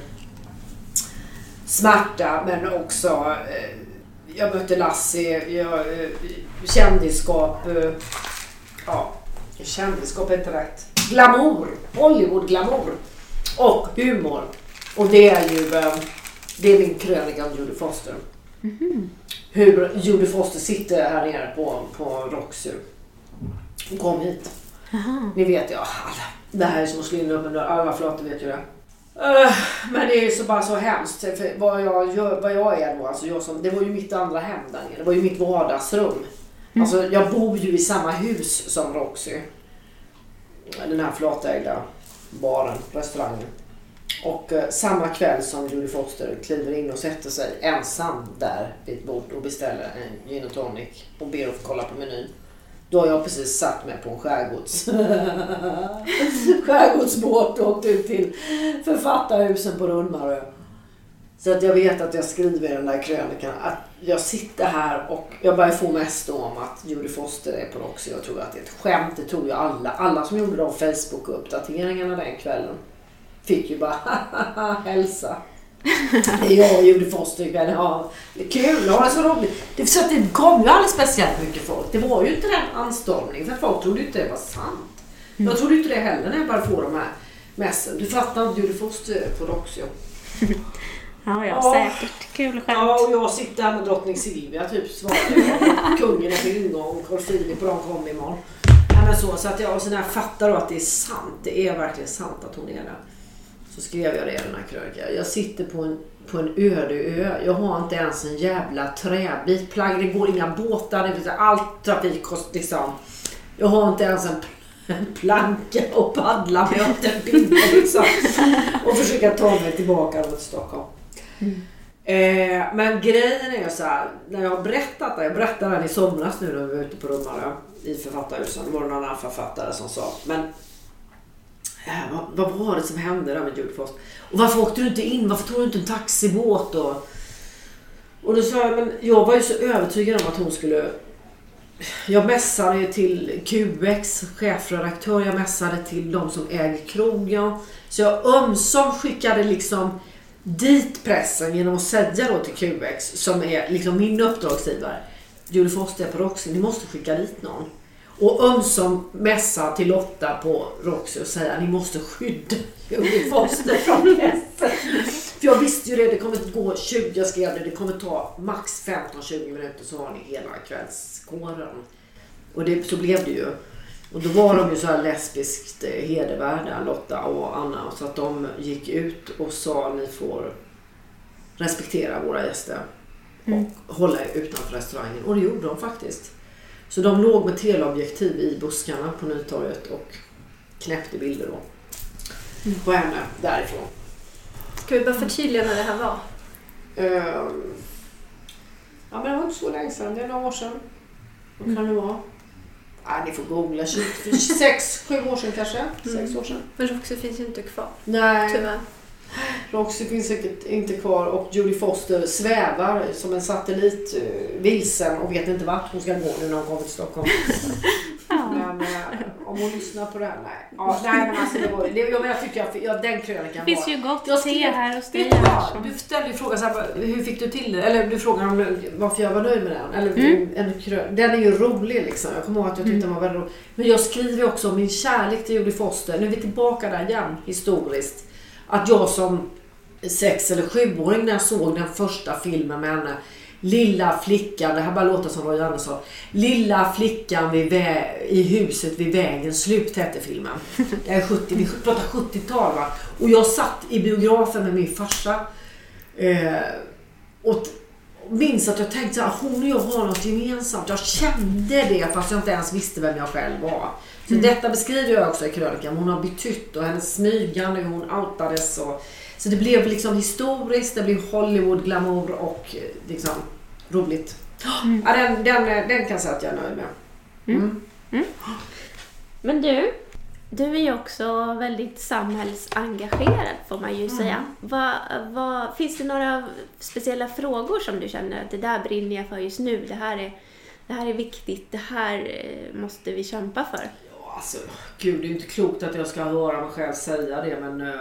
[SPEAKER 3] smärta, men också eh, jag mötte Lassie, jag, eh, kändisskap, eh, ja, kändisskap är inte rätt. Glamour, Hollywood-glamour och humor. Och det är ju eh, det är min krönika om Jodie Foster. Mm-hmm. Hur Jodie Foster sitter här nere på, på Roxy. Hon kom hit. Aha. Ni vet, ja, alla. Det här är som att slå in upp en dörr. Alla förlåt, vet ju det. Uh, men det är ju så bara så hemskt. För vad, jag gör, vad jag är då, alltså jag som, det var ju mitt andra hem där nere. Det var ju mitt vardagsrum. Mm. Alltså jag bor ju i samma hus som Roxy. Den här flatägda baren, restaurangen. Och uh, samma kväll som Jodie Foster kliver in och sätter sig ensam där vid ett bord och beställer en gin och tonic och ber att få kolla på menyn. Då har jag precis satt mig på en skärgårds skärgårdsbåt och åkt ut till författarhusen på Rundmarö. Så att jag vet att jag skriver i den där krönikan att jag sitter här och jag börjar få mest om att Jodie Foster är på Roxy. Jag tror att det är ett skämt, det tror ju alla. Alla som gjorde de Facebook-uppdateringarna den kvällen fick ju bara hälsa. Jag och Jodie Foster ikväll. Ja, det är kul, ja, det är så roligt. Det, så att det kom ju aldrig speciellt mycket folk. Det var ju inte den anstormning, för folk trodde inte det var sant. Mm. Jag trodde inte det heller när jag bara får de här mässen. Du fattar inte Jodie Foster på Roxy.
[SPEAKER 1] Ja, ja, säkert. Kul skämt.
[SPEAKER 3] Ja, och jag sitter här med drottning Silvia typ svarar. Kungen är på ingång, Carl Philip och de kommer imorgon. Ja, men så, så att jag, och så när jag fattar då att det är sant, det är verkligen sant att hon är där. Så skrev jag det i den här krönikan. Jag sitter på en, på en öde ö. Jag har inte ens en jävla träbit. Plagg, det går inga båtar. Det finns allt trafik. Liksom. Jag har inte ens en en planka och paddla med en pinne liksom. Och försöka ta mig tillbaka mot Stockholm. Mm. Eh, men grejen är ju så här, när jag har berättat det, jag berättade den i somras nu när vi var ute på Rummarö i författarhusen, det var någon annan författare som sa, men eh, vad, vad var det som hände där med Julie Foster? Och varför åkte du inte in? Varför tog du inte en taxibåt? Och, och då sa jag, men jag var ju så övertygad om att hon skulle, jag mässade till Q X, chefredaktör, jag mässade till de som äger krogen, så jag ömsom skickade liksom dit pressen genom att säga då till Q X, som är liksom min uppdragsgivare, Julie Foster på Roxy, ni måste skicka dit någon. Och ömsom mässa till Lotta på Roxy och säga, ni måste skydda Julie Foster från pressen. För jag visste ju det, det kommer att gå tjugo, jag skrev det, det kommer ta max femton till tjugo minuter, så har ni hela kvällskåren. Och det, så blev det ju. Och då var de ju så här lesbiskt hedervärda, Lotta och Anna, så att de gick ut och sa, ni får respektera våra gäster och mm. hålla er utanför restaurangen. Och det gjorde de faktiskt. Så de låg med teleobjektiv i buskarna på Nytorget och knäppte bilder då mm. på henne därifrån.
[SPEAKER 2] Ska vi bara förtydliga när det här var?
[SPEAKER 3] Um, ja, men det var inte så länge sedan, det är några år sedan. Vad kan det vara? Ja, ni får googla. Sex, sju år sedan kanske. Mm. Sex år sedan.
[SPEAKER 2] Men Roxy finns ju inte kvar.
[SPEAKER 3] Nej.
[SPEAKER 2] Tyvärr.
[SPEAKER 3] Roxy finns säkert inte kvar och Julie Foster svävar som en satellit uh, vilsen och vet inte vart hon ska gå nu när hon kommer till Stockholm. Ja. Men uh, om hon lyssnar på det här, nej. Ja, nej men alltså det var det, jag, jag tycker jag, jag den krönikan
[SPEAKER 1] det finns
[SPEAKER 3] var.
[SPEAKER 1] ju gott
[SPEAKER 3] jag
[SPEAKER 1] te här hos dig.
[SPEAKER 3] Du ställde ju frågan så här, hur fick du till det? Eller du frågar om varför jag var nöjd med den. Eller,
[SPEAKER 1] mm.
[SPEAKER 3] en krön, den är ju rolig liksom. Jag kommer ihåg att jag tyckte mm. den var väldigt rolig. Men jag skriver också om min kärlek till Julie Foster. Nu är vi tillbaka där igen historiskt. Att jag som sex- eller sjuåring när jag såg den första filmen med henne, lilla flickan, det här bara låter som Roy Andersson, lilla flickan vid vä- i huset vid vägen slut hette filmen. Det är sjuttio, vi pratar sjuttiotal va. Och jag satt i biografen med min farsa eh, och minns att jag tänkte så här, hon och jag har något gemensamt. Jag kände det fast jag inte ens visste vem jag själv var. Så mm. detta beskriver jag också i krönikan. Hon har betytt och hennes smygande, hon outades och så det blev liksom historiskt, det blev Hollywood, glamour och liksom roligt. Mm. Ja, den, den, den kan jag säga att jag är nöjd med. Mm.
[SPEAKER 1] Mm. Mm. Men du, du är ju också väldigt samhällsengagerad får man ju mm. säga. Vad, vad, finns det några speciella frågor som du känner att det där brinner jag för just nu? Det här är, det här är viktigt, det här måste vi kämpa för.
[SPEAKER 3] Ja, alltså, gud det är inte klokt att jag ska höra mig själv säga det, men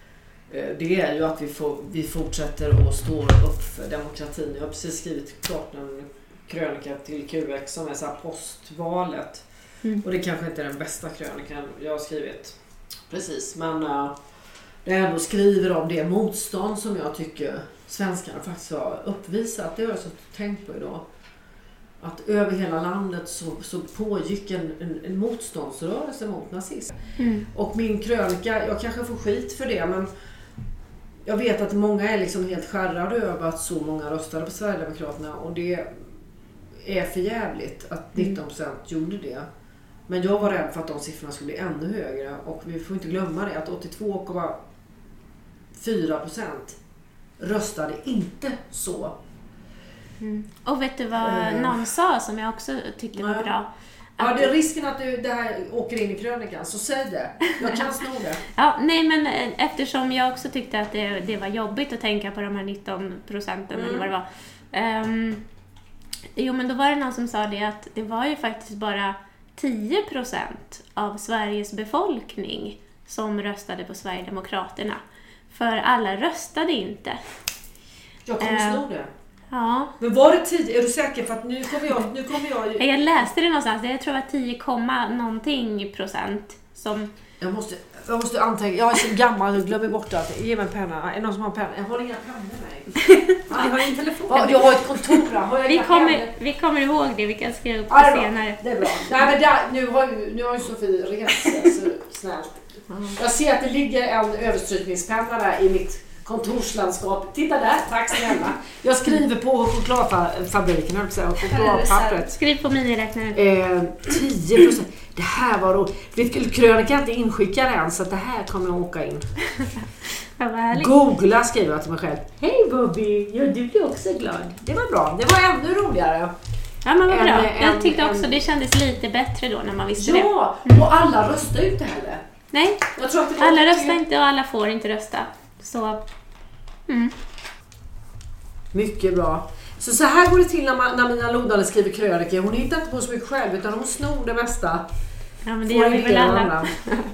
[SPEAKER 3] det är ju att vi, får, vi fortsätter att stå upp för demokratin. Jag har precis skrivit klart en krönika till Q X som är så här postvalet. Mm. Och det kanske inte är den bästa krönikan jag har skrivit. Precis, men uh, det är ändå skriver om det motstånd som jag tycker svenskarna faktiskt har uppvisat. Det har jag så tänkt på idag. Att över hela landet så, så pågick en, en, en motståndsrörelse mot nazism. Mm. Och min krönika, jag kanske får skit för det, men jag vet att många är liksom helt skärrade över att så många röstade på Sverigedemokraterna. Och det är för jävligt att nitton procent gjorde det. Men jag var rädd för att de siffrorna skulle bli ännu högre. Och vi får inte glömma det att åttiotvå komma fyra procent röstade inte så.
[SPEAKER 1] Mm. Och vet du vad mm. någon sa som jag också tyckte var
[SPEAKER 3] ja.
[SPEAKER 1] bra?
[SPEAKER 3] Ja, det är risken att du, det här åker in i krönikan, så säg det. Jag kan sno det.
[SPEAKER 1] Ja, nej men eftersom jag också tyckte att det, det var jobbigt att tänka på de här nitton procenten mm. eller vad det var. Um, jo, men då var det någon som sa det att det var ju faktiskt bara tio procent av Sveriges befolkning som röstade på Sverigedemokraterna. För alla röstade inte.
[SPEAKER 3] Jag kommer sno det.
[SPEAKER 1] Ja.
[SPEAKER 3] Men var det tio? Är du säker? För att nu kommer jag... Nu kommer jag...
[SPEAKER 1] jag läste det någonstans. Jag tror att tio komma någonting procent som...
[SPEAKER 3] Jag måste, jag måste anteckna. Jag är så gammal och glömmer bort att ge mig en penna. Är det någon som har en penna? Jag har inga pennor med mig.
[SPEAKER 2] Ja, jag har en telefon.
[SPEAKER 3] Ja, jag har ett kontor. Har jag
[SPEAKER 1] vi, kommer, vi kommer ihåg det. Vi kan skriva upp det,
[SPEAKER 3] ja, det
[SPEAKER 1] senare.
[SPEAKER 3] Det är bra. Nej, men där, nu har ju, nu har ju Sofie rest så snällt. Jag ser att det ligger en överstrykningspenna där i mitt kontorslandskap. Titta där, tack snälla. Jag skriver på chokladfabriken, och chokladpappret.
[SPEAKER 1] Skriv på miniräknaren.
[SPEAKER 3] Eh, tio procent. Det här var roligt. Vet, krönikan inte inskickar än, så att det här kommer att åka in.
[SPEAKER 1] Ja, vad härligt.
[SPEAKER 3] Googla, skriver jag till mig själv. Hej Bobby, ja, du blir också glad. Det var bra, det var ännu roligare.
[SPEAKER 1] Ja, men vad bra.
[SPEAKER 3] En,
[SPEAKER 1] jag
[SPEAKER 3] en,
[SPEAKER 1] tyckte också
[SPEAKER 3] en...
[SPEAKER 1] det kändes lite bättre då när man visste
[SPEAKER 3] ja,
[SPEAKER 1] det.
[SPEAKER 3] Ja, och alla röstar ju inte heller.
[SPEAKER 1] Nej,
[SPEAKER 3] jag tror att det
[SPEAKER 1] alla röstar inte och alla får inte rösta. Så, mm.
[SPEAKER 3] Mycket bra. Så så här går det till när, man, när Mia Lodale skriver krönikor. Hon hittar inte på så mycket själv, utan hon snor det mesta.
[SPEAKER 1] Ja, men det gör vi väl alla.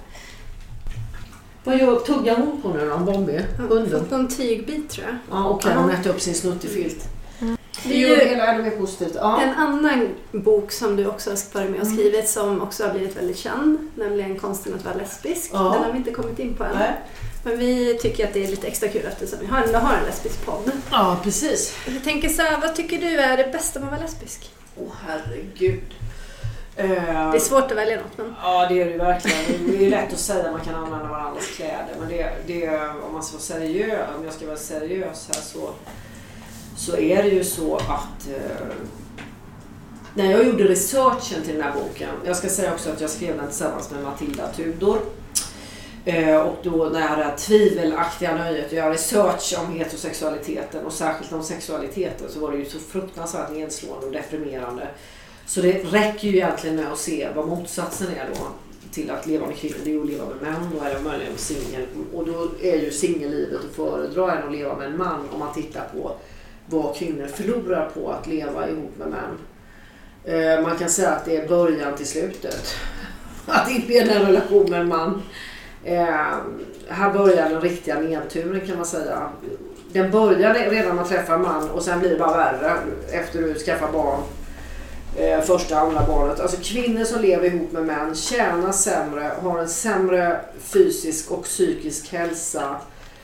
[SPEAKER 3] Vad gör, tuggar hon på nu då? Bombi?
[SPEAKER 2] Hunden? Fått någon tygbit, tror jag.
[SPEAKER 3] Ja, okej. Okay. Hon äter upp sin snuttefilt.
[SPEAKER 2] Mm.
[SPEAKER 3] Det är ju hela ännu mer positivt. Ja.
[SPEAKER 2] En annan bok som du också har varit med och skrivit, mm. som också har blivit väldigt känd, nämligen Konsten att vara lesbisk. Ja. Den har vi inte kommit in på än. Nej. Men vi tycker att det är lite extra kul eftersom vi har, har en lesbisk podd.
[SPEAKER 3] Ja, precis.
[SPEAKER 2] Jag tänker så här, vad tycker du är det bästa med att vara lesbisk?
[SPEAKER 3] Åh, oh, herregud.
[SPEAKER 2] Det är svårt att välja något. Men...
[SPEAKER 3] Ja, det är det verkligen. Det är lätt att säga att man kan använda varandras kläder. Men det, det, om man ska vara seriös, om jag ska vara seriös här så, så är det ju så att eh, när jag gjorde researchen till den här boken, jag ska säga också att jag skrev den tillsammans med Matilda Tudor. Eh, och då när jag hade det tvivelaktiga nöjet att göra research om heterosexualiteten och särskilt om sexualiteten, så var det ju så fruktansvärt nedslående och deprimerande. Så det räcker ju egentligen med att se vad motsatsen är då till att leva med kvinnor. Det är att leva med män och eller möjligen singel. Och då är ju singellivet att föredra än att leva med en man om man tittar på vad kvinnor förlorar på att leva ihop med män. Eh, man kan säga att det är början till slutet. Att inleda en relation med en man. Eh, här börjar den riktiga nedturen, kan man säga. Den börjar redan när man träffar en man och sen blir det bara värre efter du skaffar barn. Eh, första andra barnet. Alltså kvinnor som lever ihop med män tjänar sämre, har en sämre fysisk och psykisk hälsa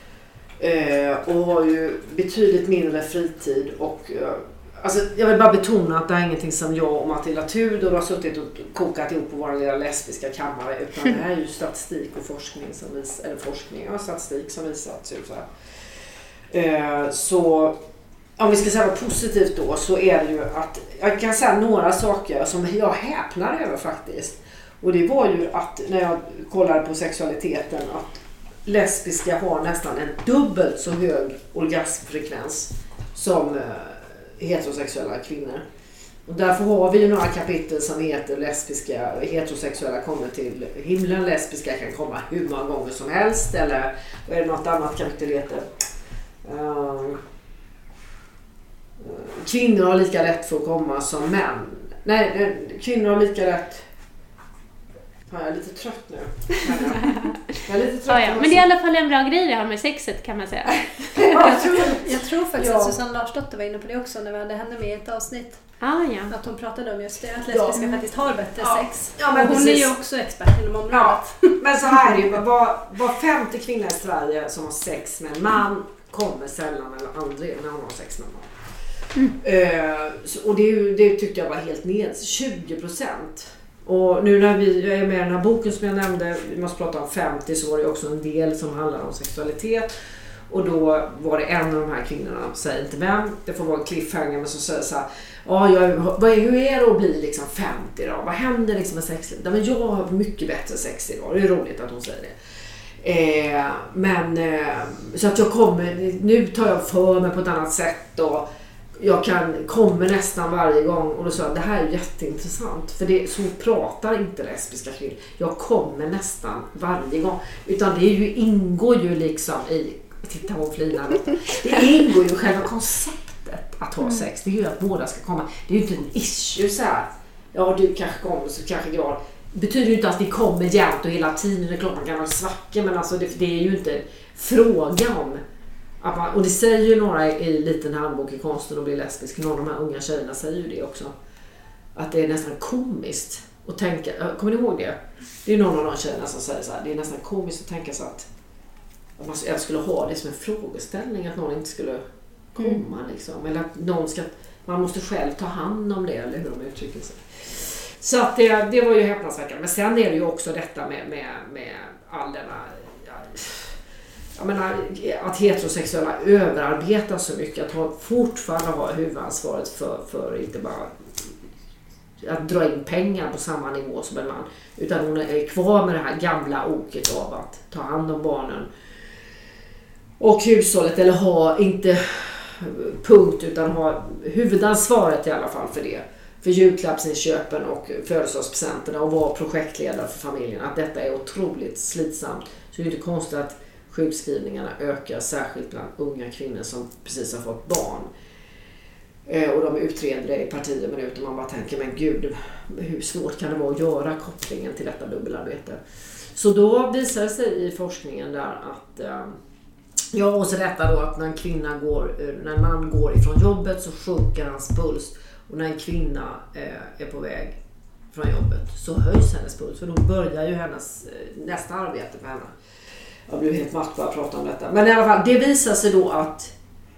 [SPEAKER 3] eh, och har ju betydligt mindre fritid och eh, alltså jag vill bara betona att det är ingenting som jag och Matilda Tudor har suttit och kokat ihop på vår lilla lesbiska kammare, utan det här är ju statistik och forskning som visar, eller forskning och statistik som visar att så här. Eh, så om vi ska säga något positivt då, så är det ju att jag kan säga några saker som jag häpnar över faktiskt. Och det var ju att när jag kollade på sexualiteten att lesbiska har nästan en dubbelt så hög orgasmfrekvens som eh, heterosexuella kvinnor. Och därför har vi ju några kapitel som heter lesbiska, heterosexuella kommer till himlen, lesbiska kan komma hur många gånger som helst, eller vad är det något annat kapitel heter? Um, Kvinnor har lika lätt för att komma som män. Nej, kvinnor har lika lätt. Jag är lite trött nu. Jag är lite trött.
[SPEAKER 1] Ja, ja. Men det är i alla fall en bra grej det här med sexet, kan man säga.
[SPEAKER 2] jag, tror, jag tror faktiskt
[SPEAKER 3] ja.
[SPEAKER 2] att Susanne Larsdotter var inne på det också när vi hade henne med i ett avsnitt.
[SPEAKER 1] Ah, ja.
[SPEAKER 2] Att hon pratade om just det, att lesbiska ja. faktiskt har bättre
[SPEAKER 3] ja.
[SPEAKER 2] sex.
[SPEAKER 3] Ja, men
[SPEAKER 2] hon
[SPEAKER 3] precis.
[SPEAKER 2] är ju också expert inom området. Ja.
[SPEAKER 3] Men så här är det ju, var, var femte kvinna i Sverige som har sex med en man kommer sällan eller aldrig när hon har sex med en man. Mm. Uh, och det, det tyckte jag var helt ned, tjugo procent. Och nu när vi är med i den här boken som jag nämnde, vi måste prata om femtio, så var det också en del som handlar om sexualitet. Och då var det en av de här kvinnorna, säger inte vem, det får vara en cliffhanger, men som säger så här: ja, jag, vad, hur är det att bli liksom femtio då? Vad händer liksom med sexlivet? Men jag har mycket bättre sex idag, det är roligt att hon säger det. Eh, men eh, så att jag kommer, nu tar jag för mig på ett annat sätt och jag kan kommer nästan varje gång, och då sa jag, det här är jätteintressant för det så pratar inte lesbiska kvinnor. Jag kommer nästan varje gång, utan det är ju, ingår ju liksom i, titta hon flinar, det ingår ju själva konceptet att ha sex. Det är ju att båda ska komma. Det är ju inte en issue så här. Ja, du kanske kommer så kanske jag. Det betyder ju inte att vi kommer jämt och hela tiden. Det är klart man kan ha svackor, men alltså det, det är ju inte fråga om att man, och det säger ju några i liten handbok i konsten att bli lesbisk. Några av de här unga tjejerna säger ju det också. Att det är nästan komiskt att tänka, kommer ni ihåg det? Det är någon av de tjejerna som säger så här, det är nästan komiskt att tänka så att man jag skulle ha det som en frågeställning, att någon inte skulle komma mm. liksom, eller att någon ska, man måste själv ta hand om det, eller hur de uttrycker sig. Så att det, det var ju häpnadsväckande. Men sen är det ju också detta med, med, med all denna, ja, jag menar, att heterosexuella överarbetar så mycket, att ha, fortfarande ha huvudansvaret för, för inte bara att dra in pengar på samma nivå som en man, utan hon är kvar med det här gamla oket av att ta hand om barnen och hushållet, eller ha inte punkt utan ha huvudansvaret i alla fall för det, för julklappsinköpen och födelsedagspresenterna, och vara projektledare för familjen. Att detta är otroligt slitsamt, så det är inte konstigt att sjukskrivningarna ökar, särskilt bland unga kvinnor som precis har fått barn. Eh, och de utreder det i partier minuter. Man bara tänker, men gud, hur svårt kan det vara att göra kopplingen till detta dubbelarbete? Så då visar det sig i forskningen där att eh, ja, och så detta då att när en kvinna går, när en man går ifrån jobbet så sjunker hans puls, och när en kvinna eh, är på väg från jobbet så höjs hennes puls, för då börjar ju hennes eh, nästa arbete för henne. Jag blev helt matt bara att prata om detta. Men i alla fall, det visar sig då att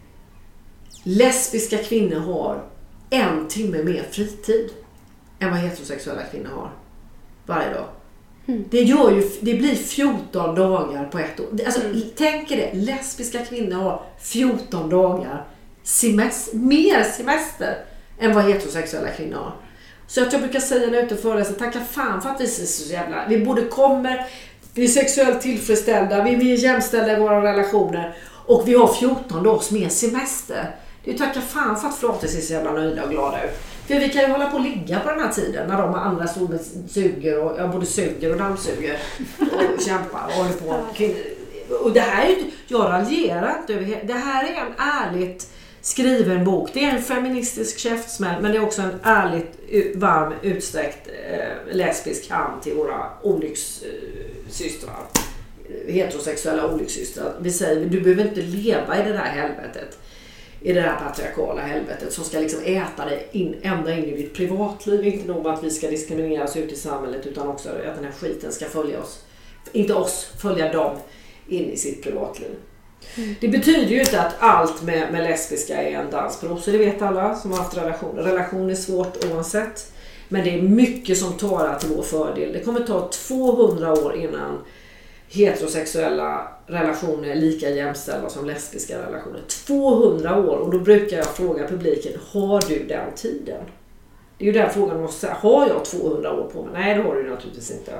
[SPEAKER 3] lesbiska kvinnor har en timme mer fritid än vad heterosexuella kvinnor har varje dag. Mm. Det, gör ju, det blir fjorton dagar på ett år. Alltså, mm. tänk er det, lesbiska kvinnor har fjorton dagar semester, mer semester än vad heterosexuella kvinnor har. Så att jag brukar säga när jag är ute och föreläser, tacka fan för att vi är så jävla, vi både kommer, vi är sexuellt tillfredsställda, vi är jämställda i våra relationer, och vi har fjorton dagars mer semester. Det är tacka fan för att flator ser så jävla nöjda och glada ut. För vi kan ju hålla på att ligga på den här tiden när de andra stod suger, och jag både suger och dammsuger och kämpar och håller på. Och det här är ju, jag raljerar inte över, det här är en ärligt skriven bok. Det är en feministisk käftsmäll, men det är också en ärligt varm, utsträckt eh, lesbisk hand till våra olyckssystrar. Heterosexuella olyckssystrar. Vi säger, du behöver inte leva i det där helvetet. I det här patriarkala helvetet som ska liksom äta dig in, ända in i ditt privatliv. Inte nog att vi ska diskrimineras ut i samhället, utan också att den här skiten ska följa oss. Inte oss, följa dem in i sitt privatliv. Mm. Det betyder ju inte att allt med, med lesbiska är en dans på rosor. Det vet alla som har haft relationer. Relation är svårt oavsett. Men det är mycket som talar till vår fördel. Det kommer ta tvåhundra år innan heterosexuella relationer är lika jämställda som lesbiska relationer. tvåhundra år, och då brukar jag fråga publiken, har du den tiden? Det är ju den frågan man måste säga, har jag tvåhundra år på mig? Nej, det har du naturligtvis inte.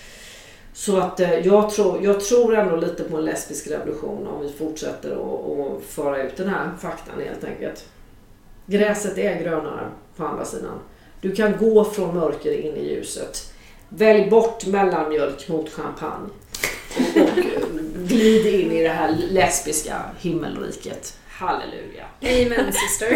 [SPEAKER 3] Så att eh, jag, tror, jag tror ändå lite på en lesbisk revolution om vi fortsätter att föra ut den här faktan helt enkelt. Gräset är grönare på andra sidan. Du kan gå från mörker in i ljuset. Välj bort mellanmjölk mot champagne. Och glid in i det här lesbiska himmelriket. Halleluja.
[SPEAKER 2] Amen, sister.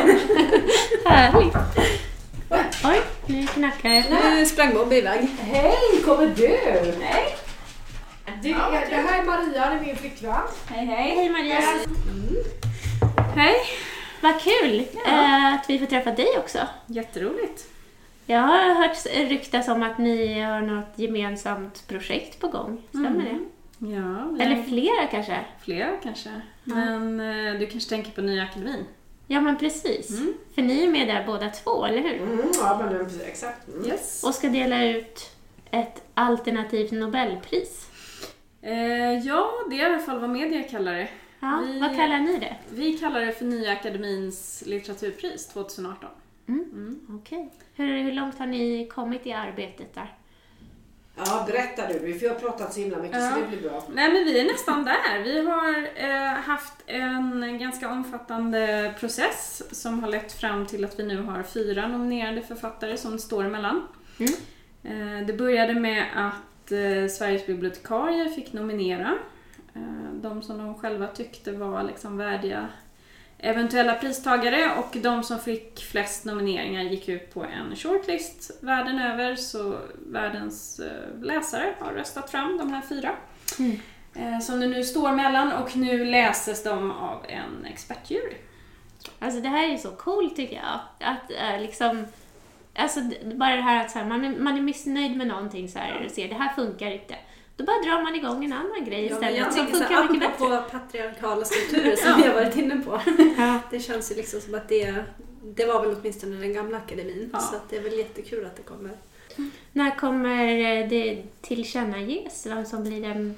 [SPEAKER 1] Härligt. Oj, nu knackar det.
[SPEAKER 2] Nu sprang Bobby iväg.
[SPEAKER 3] Hej, kommer du?
[SPEAKER 2] Hej.
[SPEAKER 3] Det, ja, det här är Maria, det är min flickvän.
[SPEAKER 2] Hej, hej.
[SPEAKER 1] Hej Maria.
[SPEAKER 2] Mm. Hej.
[SPEAKER 1] Vad kul ja. eh, att vi får träffa dig också.
[SPEAKER 2] Jätteroligt.
[SPEAKER 1] Jag har hört ryktas om att ni har något gemensamt projekt på gång. Stämmer mm. det?
[SPEAKER 4] Ja.
[SPEAKER 1] Eller flera kanske?
[SPEAKER 4] Flera kanske. Ja. Men eh, du kanske tänker på Nya Akademin?
[SPEAKER 1] Ja, men precis. Mm. För ni är med där båda två, eller hur?
[SPEAKER 3] Mm, ja, men precis, exakt. Mm.
[SPEAKER 1] Yes. Och ska dela ut ett alternativt Nobelpris.
[SPEAKER 4] Eh, ja, det är i alla fall vad media kallar det.
[SPEAKER 1] Ja, vi, vad kallar ni det?
[SPEAKER 4] Vi kallar det för Nya Akademins litteraturpris tjugoarton.
[SPEAKER 1] Mm. Mm. Okej. Okay. Hur, hur långt har ni kommit i arbetet där?
[SPEAKER 3] Ja, berätta du. Vi har pratat så himla mycket ja. Så det blir bra.
[SPEAKER 4] Nej, men vi är nästan där. Vi har eh, haft en ganska omfattande process som har lett fram till att vi nu har fyra nominerade författare som står emellan. Mm. Eh, det började med att eh, Sveriges bibliotekarier fick nominera eh, de som de själva tyckte var liksom värdiga eventuella pristagare, och de som fick flest nomineringar gick ut på en shortlist världen över, så världens läsare har röstat fram de här fyra mm. som det nu står mellan, och nu läses de av en expertjury.
[SPEAKER 1] Alltså det här är så coolt tycker jag, att äh, liksom alltså bara det här att så här, man, är, man är missnöjd med någonting så här, och ser det här funkar inte. Då bara drar man igång en annan grej istället.
[SPEAKER 2] Ja, jag tänker så här, mycket på patriarkala strukturer som vi har varit inne på. Ja. Det känns ju liksom som att det, det var väl åtminstone den gamla akademin. Ja. Så att det är väl jättekul att det kommer.
[SPEAKER 1] När kommer det tillkännages vem som blir den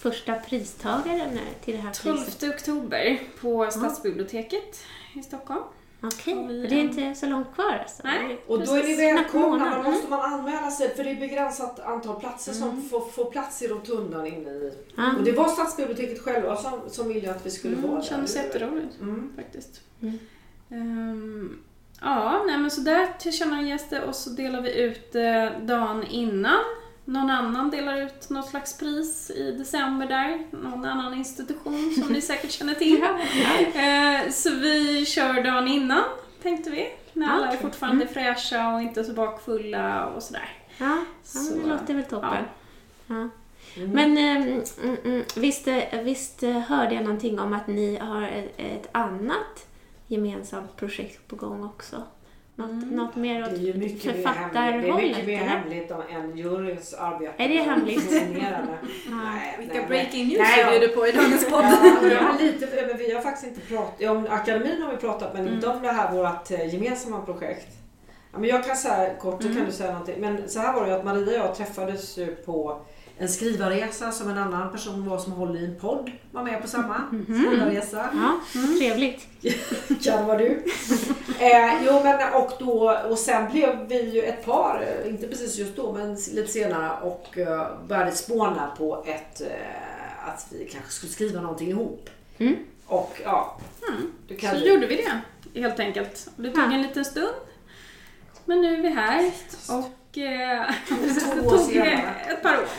[SPEAKER 1] första pristagaren till det här priset?
[SPEAKER 4] tolfte oktober på Stadsbiblioteket i Stockholm.
[SPEAKER 1] Okej, okay. Det är inte så långt kvar alltså.
[SPEAKER 4] Nej.
[SPEAKER 3] Och då är ni välkomna, då måste man anmäla sig för det är begränsat antal platser mm. som får, får plats i rotundan inne i. Mm. Och det var Stadsbiblioteket själva som, som ville att vi skulle mm, vara där.
[SPEAKER 4] Kändes jätteroligt mm. faktiskt. Mm. Um, ja, nej men så där tillkännages det och så delar vi ut eh, dagen innan. Någon annan delar ut något slags pris i december där. Någon annan institution som ni säkert känner till. eh, så vi kör dagen innan, tänkte vi. När alla är fortfarande mm. fräscha och inte så bakfulla och sådär.
[SPEAKER 1] Ja, så, det låter väl toppen. Ja. Ja. Mm. Men mm, mm, visst, visst hörde jag någonting om att ni har ett, ett annat gemensamt projekt på gång också. Något, mm. något mer åt författarhållet?
[SPEAKER 3] Det är mycket mer hemligt än juryns arbete.
[SPEAKER 1] Är det hemligt?
[SPEAKER 2] Nej, vilka nej, breaking news nej, bjuder du på i dagens podd?
[SPEAKER 3] Ja, ja, lite, men vi har faktiskt inte pratat om akademin har vi pratat men mm. inte om det här vårt gemensamma projekt. Ja, men jag kan säga kort så mm. kan du säga någonting. Men så här var det ju att Maria och jag träffades ju på en skrivarresa som en annan person var som håller i en podd var med på samma mm-hmm. skrivarresa.
[SPEAKER 1] Ja, mm. Trevligt.
[SPEAKER 3] Kan vara du. eh, jo men och då och sen blev vi ju ett par, inte precis just då men lite senare och uh, började spåna på ett uh, att vi kanske skulle skriva någonting ihop. Mm. Och ja,
[SPEAKER 4] mm. du kan så vi... gjorde vi det helt enkelt. Det tog ja. en liten stund. Men nu är vi här och det tog ett par år.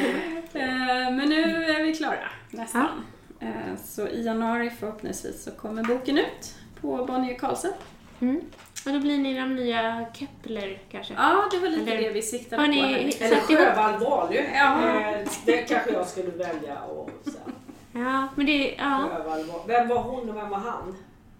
[SPEAKER 4] Mm. Men nu är vi klara nästan. Ja. Så i januari förhoppningsvis så kommer boken ut på Bonnier Carlsen.
[SPEAKER 1] Mm. Och då blir ni de nya Kepler kanske?
[SPEAKER 4] Ja, det var lite Eller, det vi siktade på.
[SPEAKER 3] Ni, Eller Sjöwall Wahl ju. Ja. Det kanske jag skulle välja. Och sen.
[SPEAKER 1] Ja, men det... Ja.
[SPEAKER 3] Vem var hon och vem var han?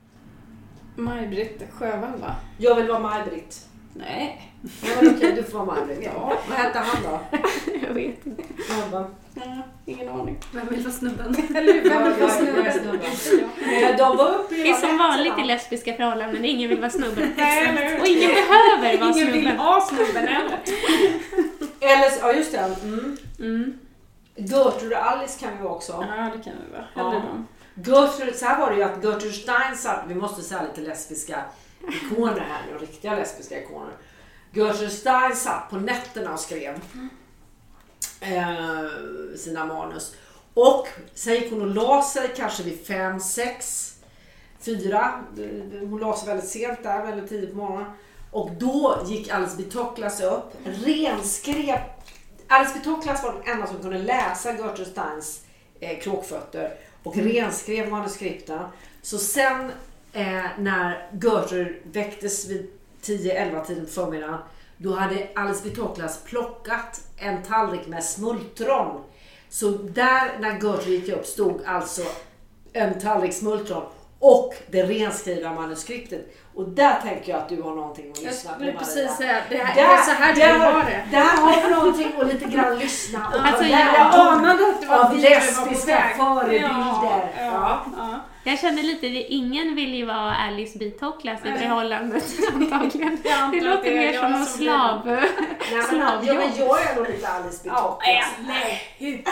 [SPEAKER 4] Maj-Britt Sjöwall va?
[SPEAKER 3] Jag vill vara Maj-Britt.
[SPEAKER 4] Nej.
[SPEAKER 3] Ja, men okej, du får vara Maj-Britt. Ja. Vad hette han då?
[SPEAKER 1] Jag vet inte.
[SPEAKER 3] Ja,
[SPEAKER 4] ingen aning.
[SPEAKER 2] Vem vill vara snubben?
[SPEAKER 4] Eller vem vill vara snubben?
[SPEAKER 3] Ja, de var uppe
[SPEAKER 1] det är som vanligt i lesbiska förhållanden. Ingen vill vara snubben. Och ingen behöver vara snubben.
[SPEAKER 4] Ingen vill ha snubben heller.
[SPEAKER 3] Eller, ja just det. Mm. Mm. Gertrude och Alice kan vi också.
[SPEAKER 4] Ja, det kan vi vara. Hellre ja.
[SPEAKER 3] Gertrude, så här var det ju att Gertrude Stein satt, vi måste säga lite lesbiska ikoner här nu, riktiga lesbiska ikoner. Gertrude Stein satt på nätterna och skrev eh, sina manus. Och sen gick hon och la sig kanske vid fem, sex, fyra. Hon la sig väldigt sent där, väldigt tidigt på morgonen. Och då gick Alice B. Toklas upp, renskrev. Alice B. Toklas var den enda som kunde läsa Gertrude Steins eh, kråkfötter och renskrev manuskripten. Så sen eh, när Gertrude väcktes vid tio elva tiden på förmiddagen, då hade Alice B. Toklas plockat en tallrik med smultron. Så där när Gertrude gick upp stod alltså en tallrik smultron och det renskrivna manuskriptet. Och där tänker jag att du har någonting att lyssna på.
[SPEAKER 4] Jag skulle precis säga, det, här,
[SPEAKER 3] där,
[SPEAKER 4] det är så här
[SPEAKER 3] där,
[SPEAKER 4] du har det.
[SPEAKER 3] Där har vi någonting att lite grann lyssna och
[SPEAKER 1] alltså,
[SPEAKER 3] jag,
[SPEAKER 4] jag anade att det var
[SPEAKER 3] av lesbiska förebilder.
[SPEAKER 4] Ja, ja, ja.
[SPEAKER 1] Jag känner lite, ingen vill ju vara Alice B. Toklas i förhållandet antagligen. Det låter det mer som någon slav.
[SPEAKER 3] Slavjobb. Ja, men jag är nog lite Alice B. Toklas.
[SPEAKER 4] Ja, nej.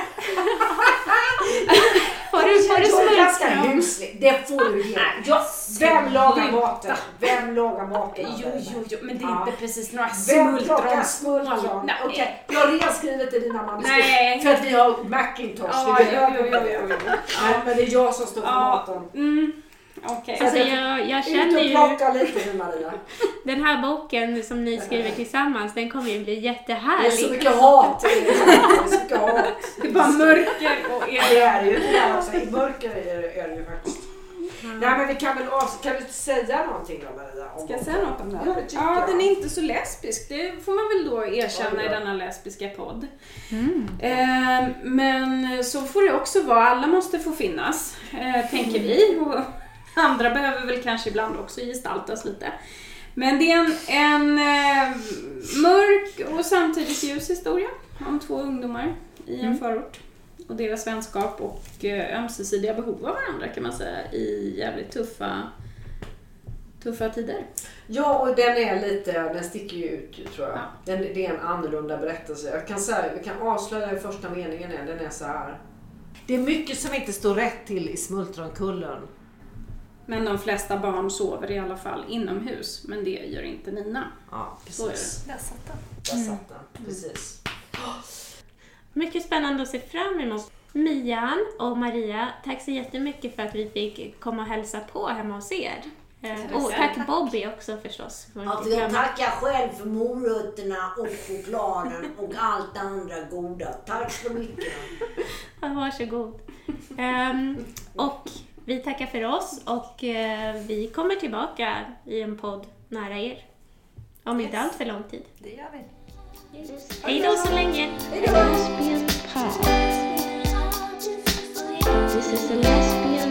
[SPEAKER 1] Får du, får du
[SPEAKER 3] smultron? Det får du ge. Ja, vem lagar maten? Vem lagar maten?
[SPEAKER 4] Jo, jo, jo, men det är ja. inte precis några
[SPEAKER 3] smultron. Vem plockar smultron? Okej, okay. Jag har redan skrivit i dina manuskript.
[SPEAKER 4] Nej.
[SPEAKER 3] För att vi har Macintosh.
[SPEAKER 4] Ja,
[SPEAKER 3] vi
[SPEAKER 4] jo, jo, jo, jo, jo.
[SPEAKER 3] Ja, men det är jag som står för ja. maten.
[SPEAKER 4] Mm. Okay.
[SPEAKER 1] Alltså jag, jag känner ju
[SPEAKER 3] plocka lite med Maria.
[SPEAKER 1] Den här boken som ni skriver tillsammans, den kommer ju bli jättehärlig.
[SPEAKER 3] Det är så mycket hat. Det är så mycket hat.
[SPEAKER 4] Det är bara mörker och el.
[SPEAKER 3] Det är ju det alltså. I mörker är det, är det ju faktiskt. Mm. Nej men vi kan väl kan du säga någonting då Maria?
[SPEAKER 4] Om Ska jag säga något om det? Ja, ja den är inte så lesbisk. Det får man väl då erkänna ja, i denna lesbiska podd. Mm. Eh, men så får det också vara. Alla måste få finnas, eh, tänker mm. vi. Och andra behöver väl kanske ibland också gestaltas lite. Men det är en, en eh, mörk och samtidigt ljus historia om två ungdomar i en mm. förort. Och deras vänskap och eh, ömsesidiga behov av varandra kan man säga i jävligt tuffa, tuffa tider.
[SPEAKER 3] Ja, och den är lite, den sticker ju ut tror jag. Ja. Den, det är en annorlunda berättelse. Jag kan säga, vi kan avslöja i första meningen är, den är så här. Det är mycket som inte står rätt till i Smultronkullen.
[SPEAKER 4] Men de flesta barn sover i alla fall inomhus. Men det gör inte Nina.
[SPEAKER 3] Ja, precis.
[SPEAKER 2] Där satt den.
[SPEAKER 3] Där satt den. Precis.
[SPEAKER 1] Mycket spännande att se fram emot. Mian och Maria, tack så jättemycket för att vi fick komma och hälsa på hemma hos er. Eh, och tack Bobby också förstås.
[SPEAKER 5] Alltså jag tackar själv för morötterna och chokladen och allt andra goda. Tack så mycket.
[SPEAKER 1] Ja, varsågod. um, och vi tackar för oss och uh, vi kommer tillbaka i en podd nära er. Om yes. inte allt för lång tid.
[SPEAKER 2] Det gör vi.
[SPEAKER 1] Yes. Hej då så länge.
[SPEAKER 5] Hej då.
[SPEAKER 6] This is a lesbian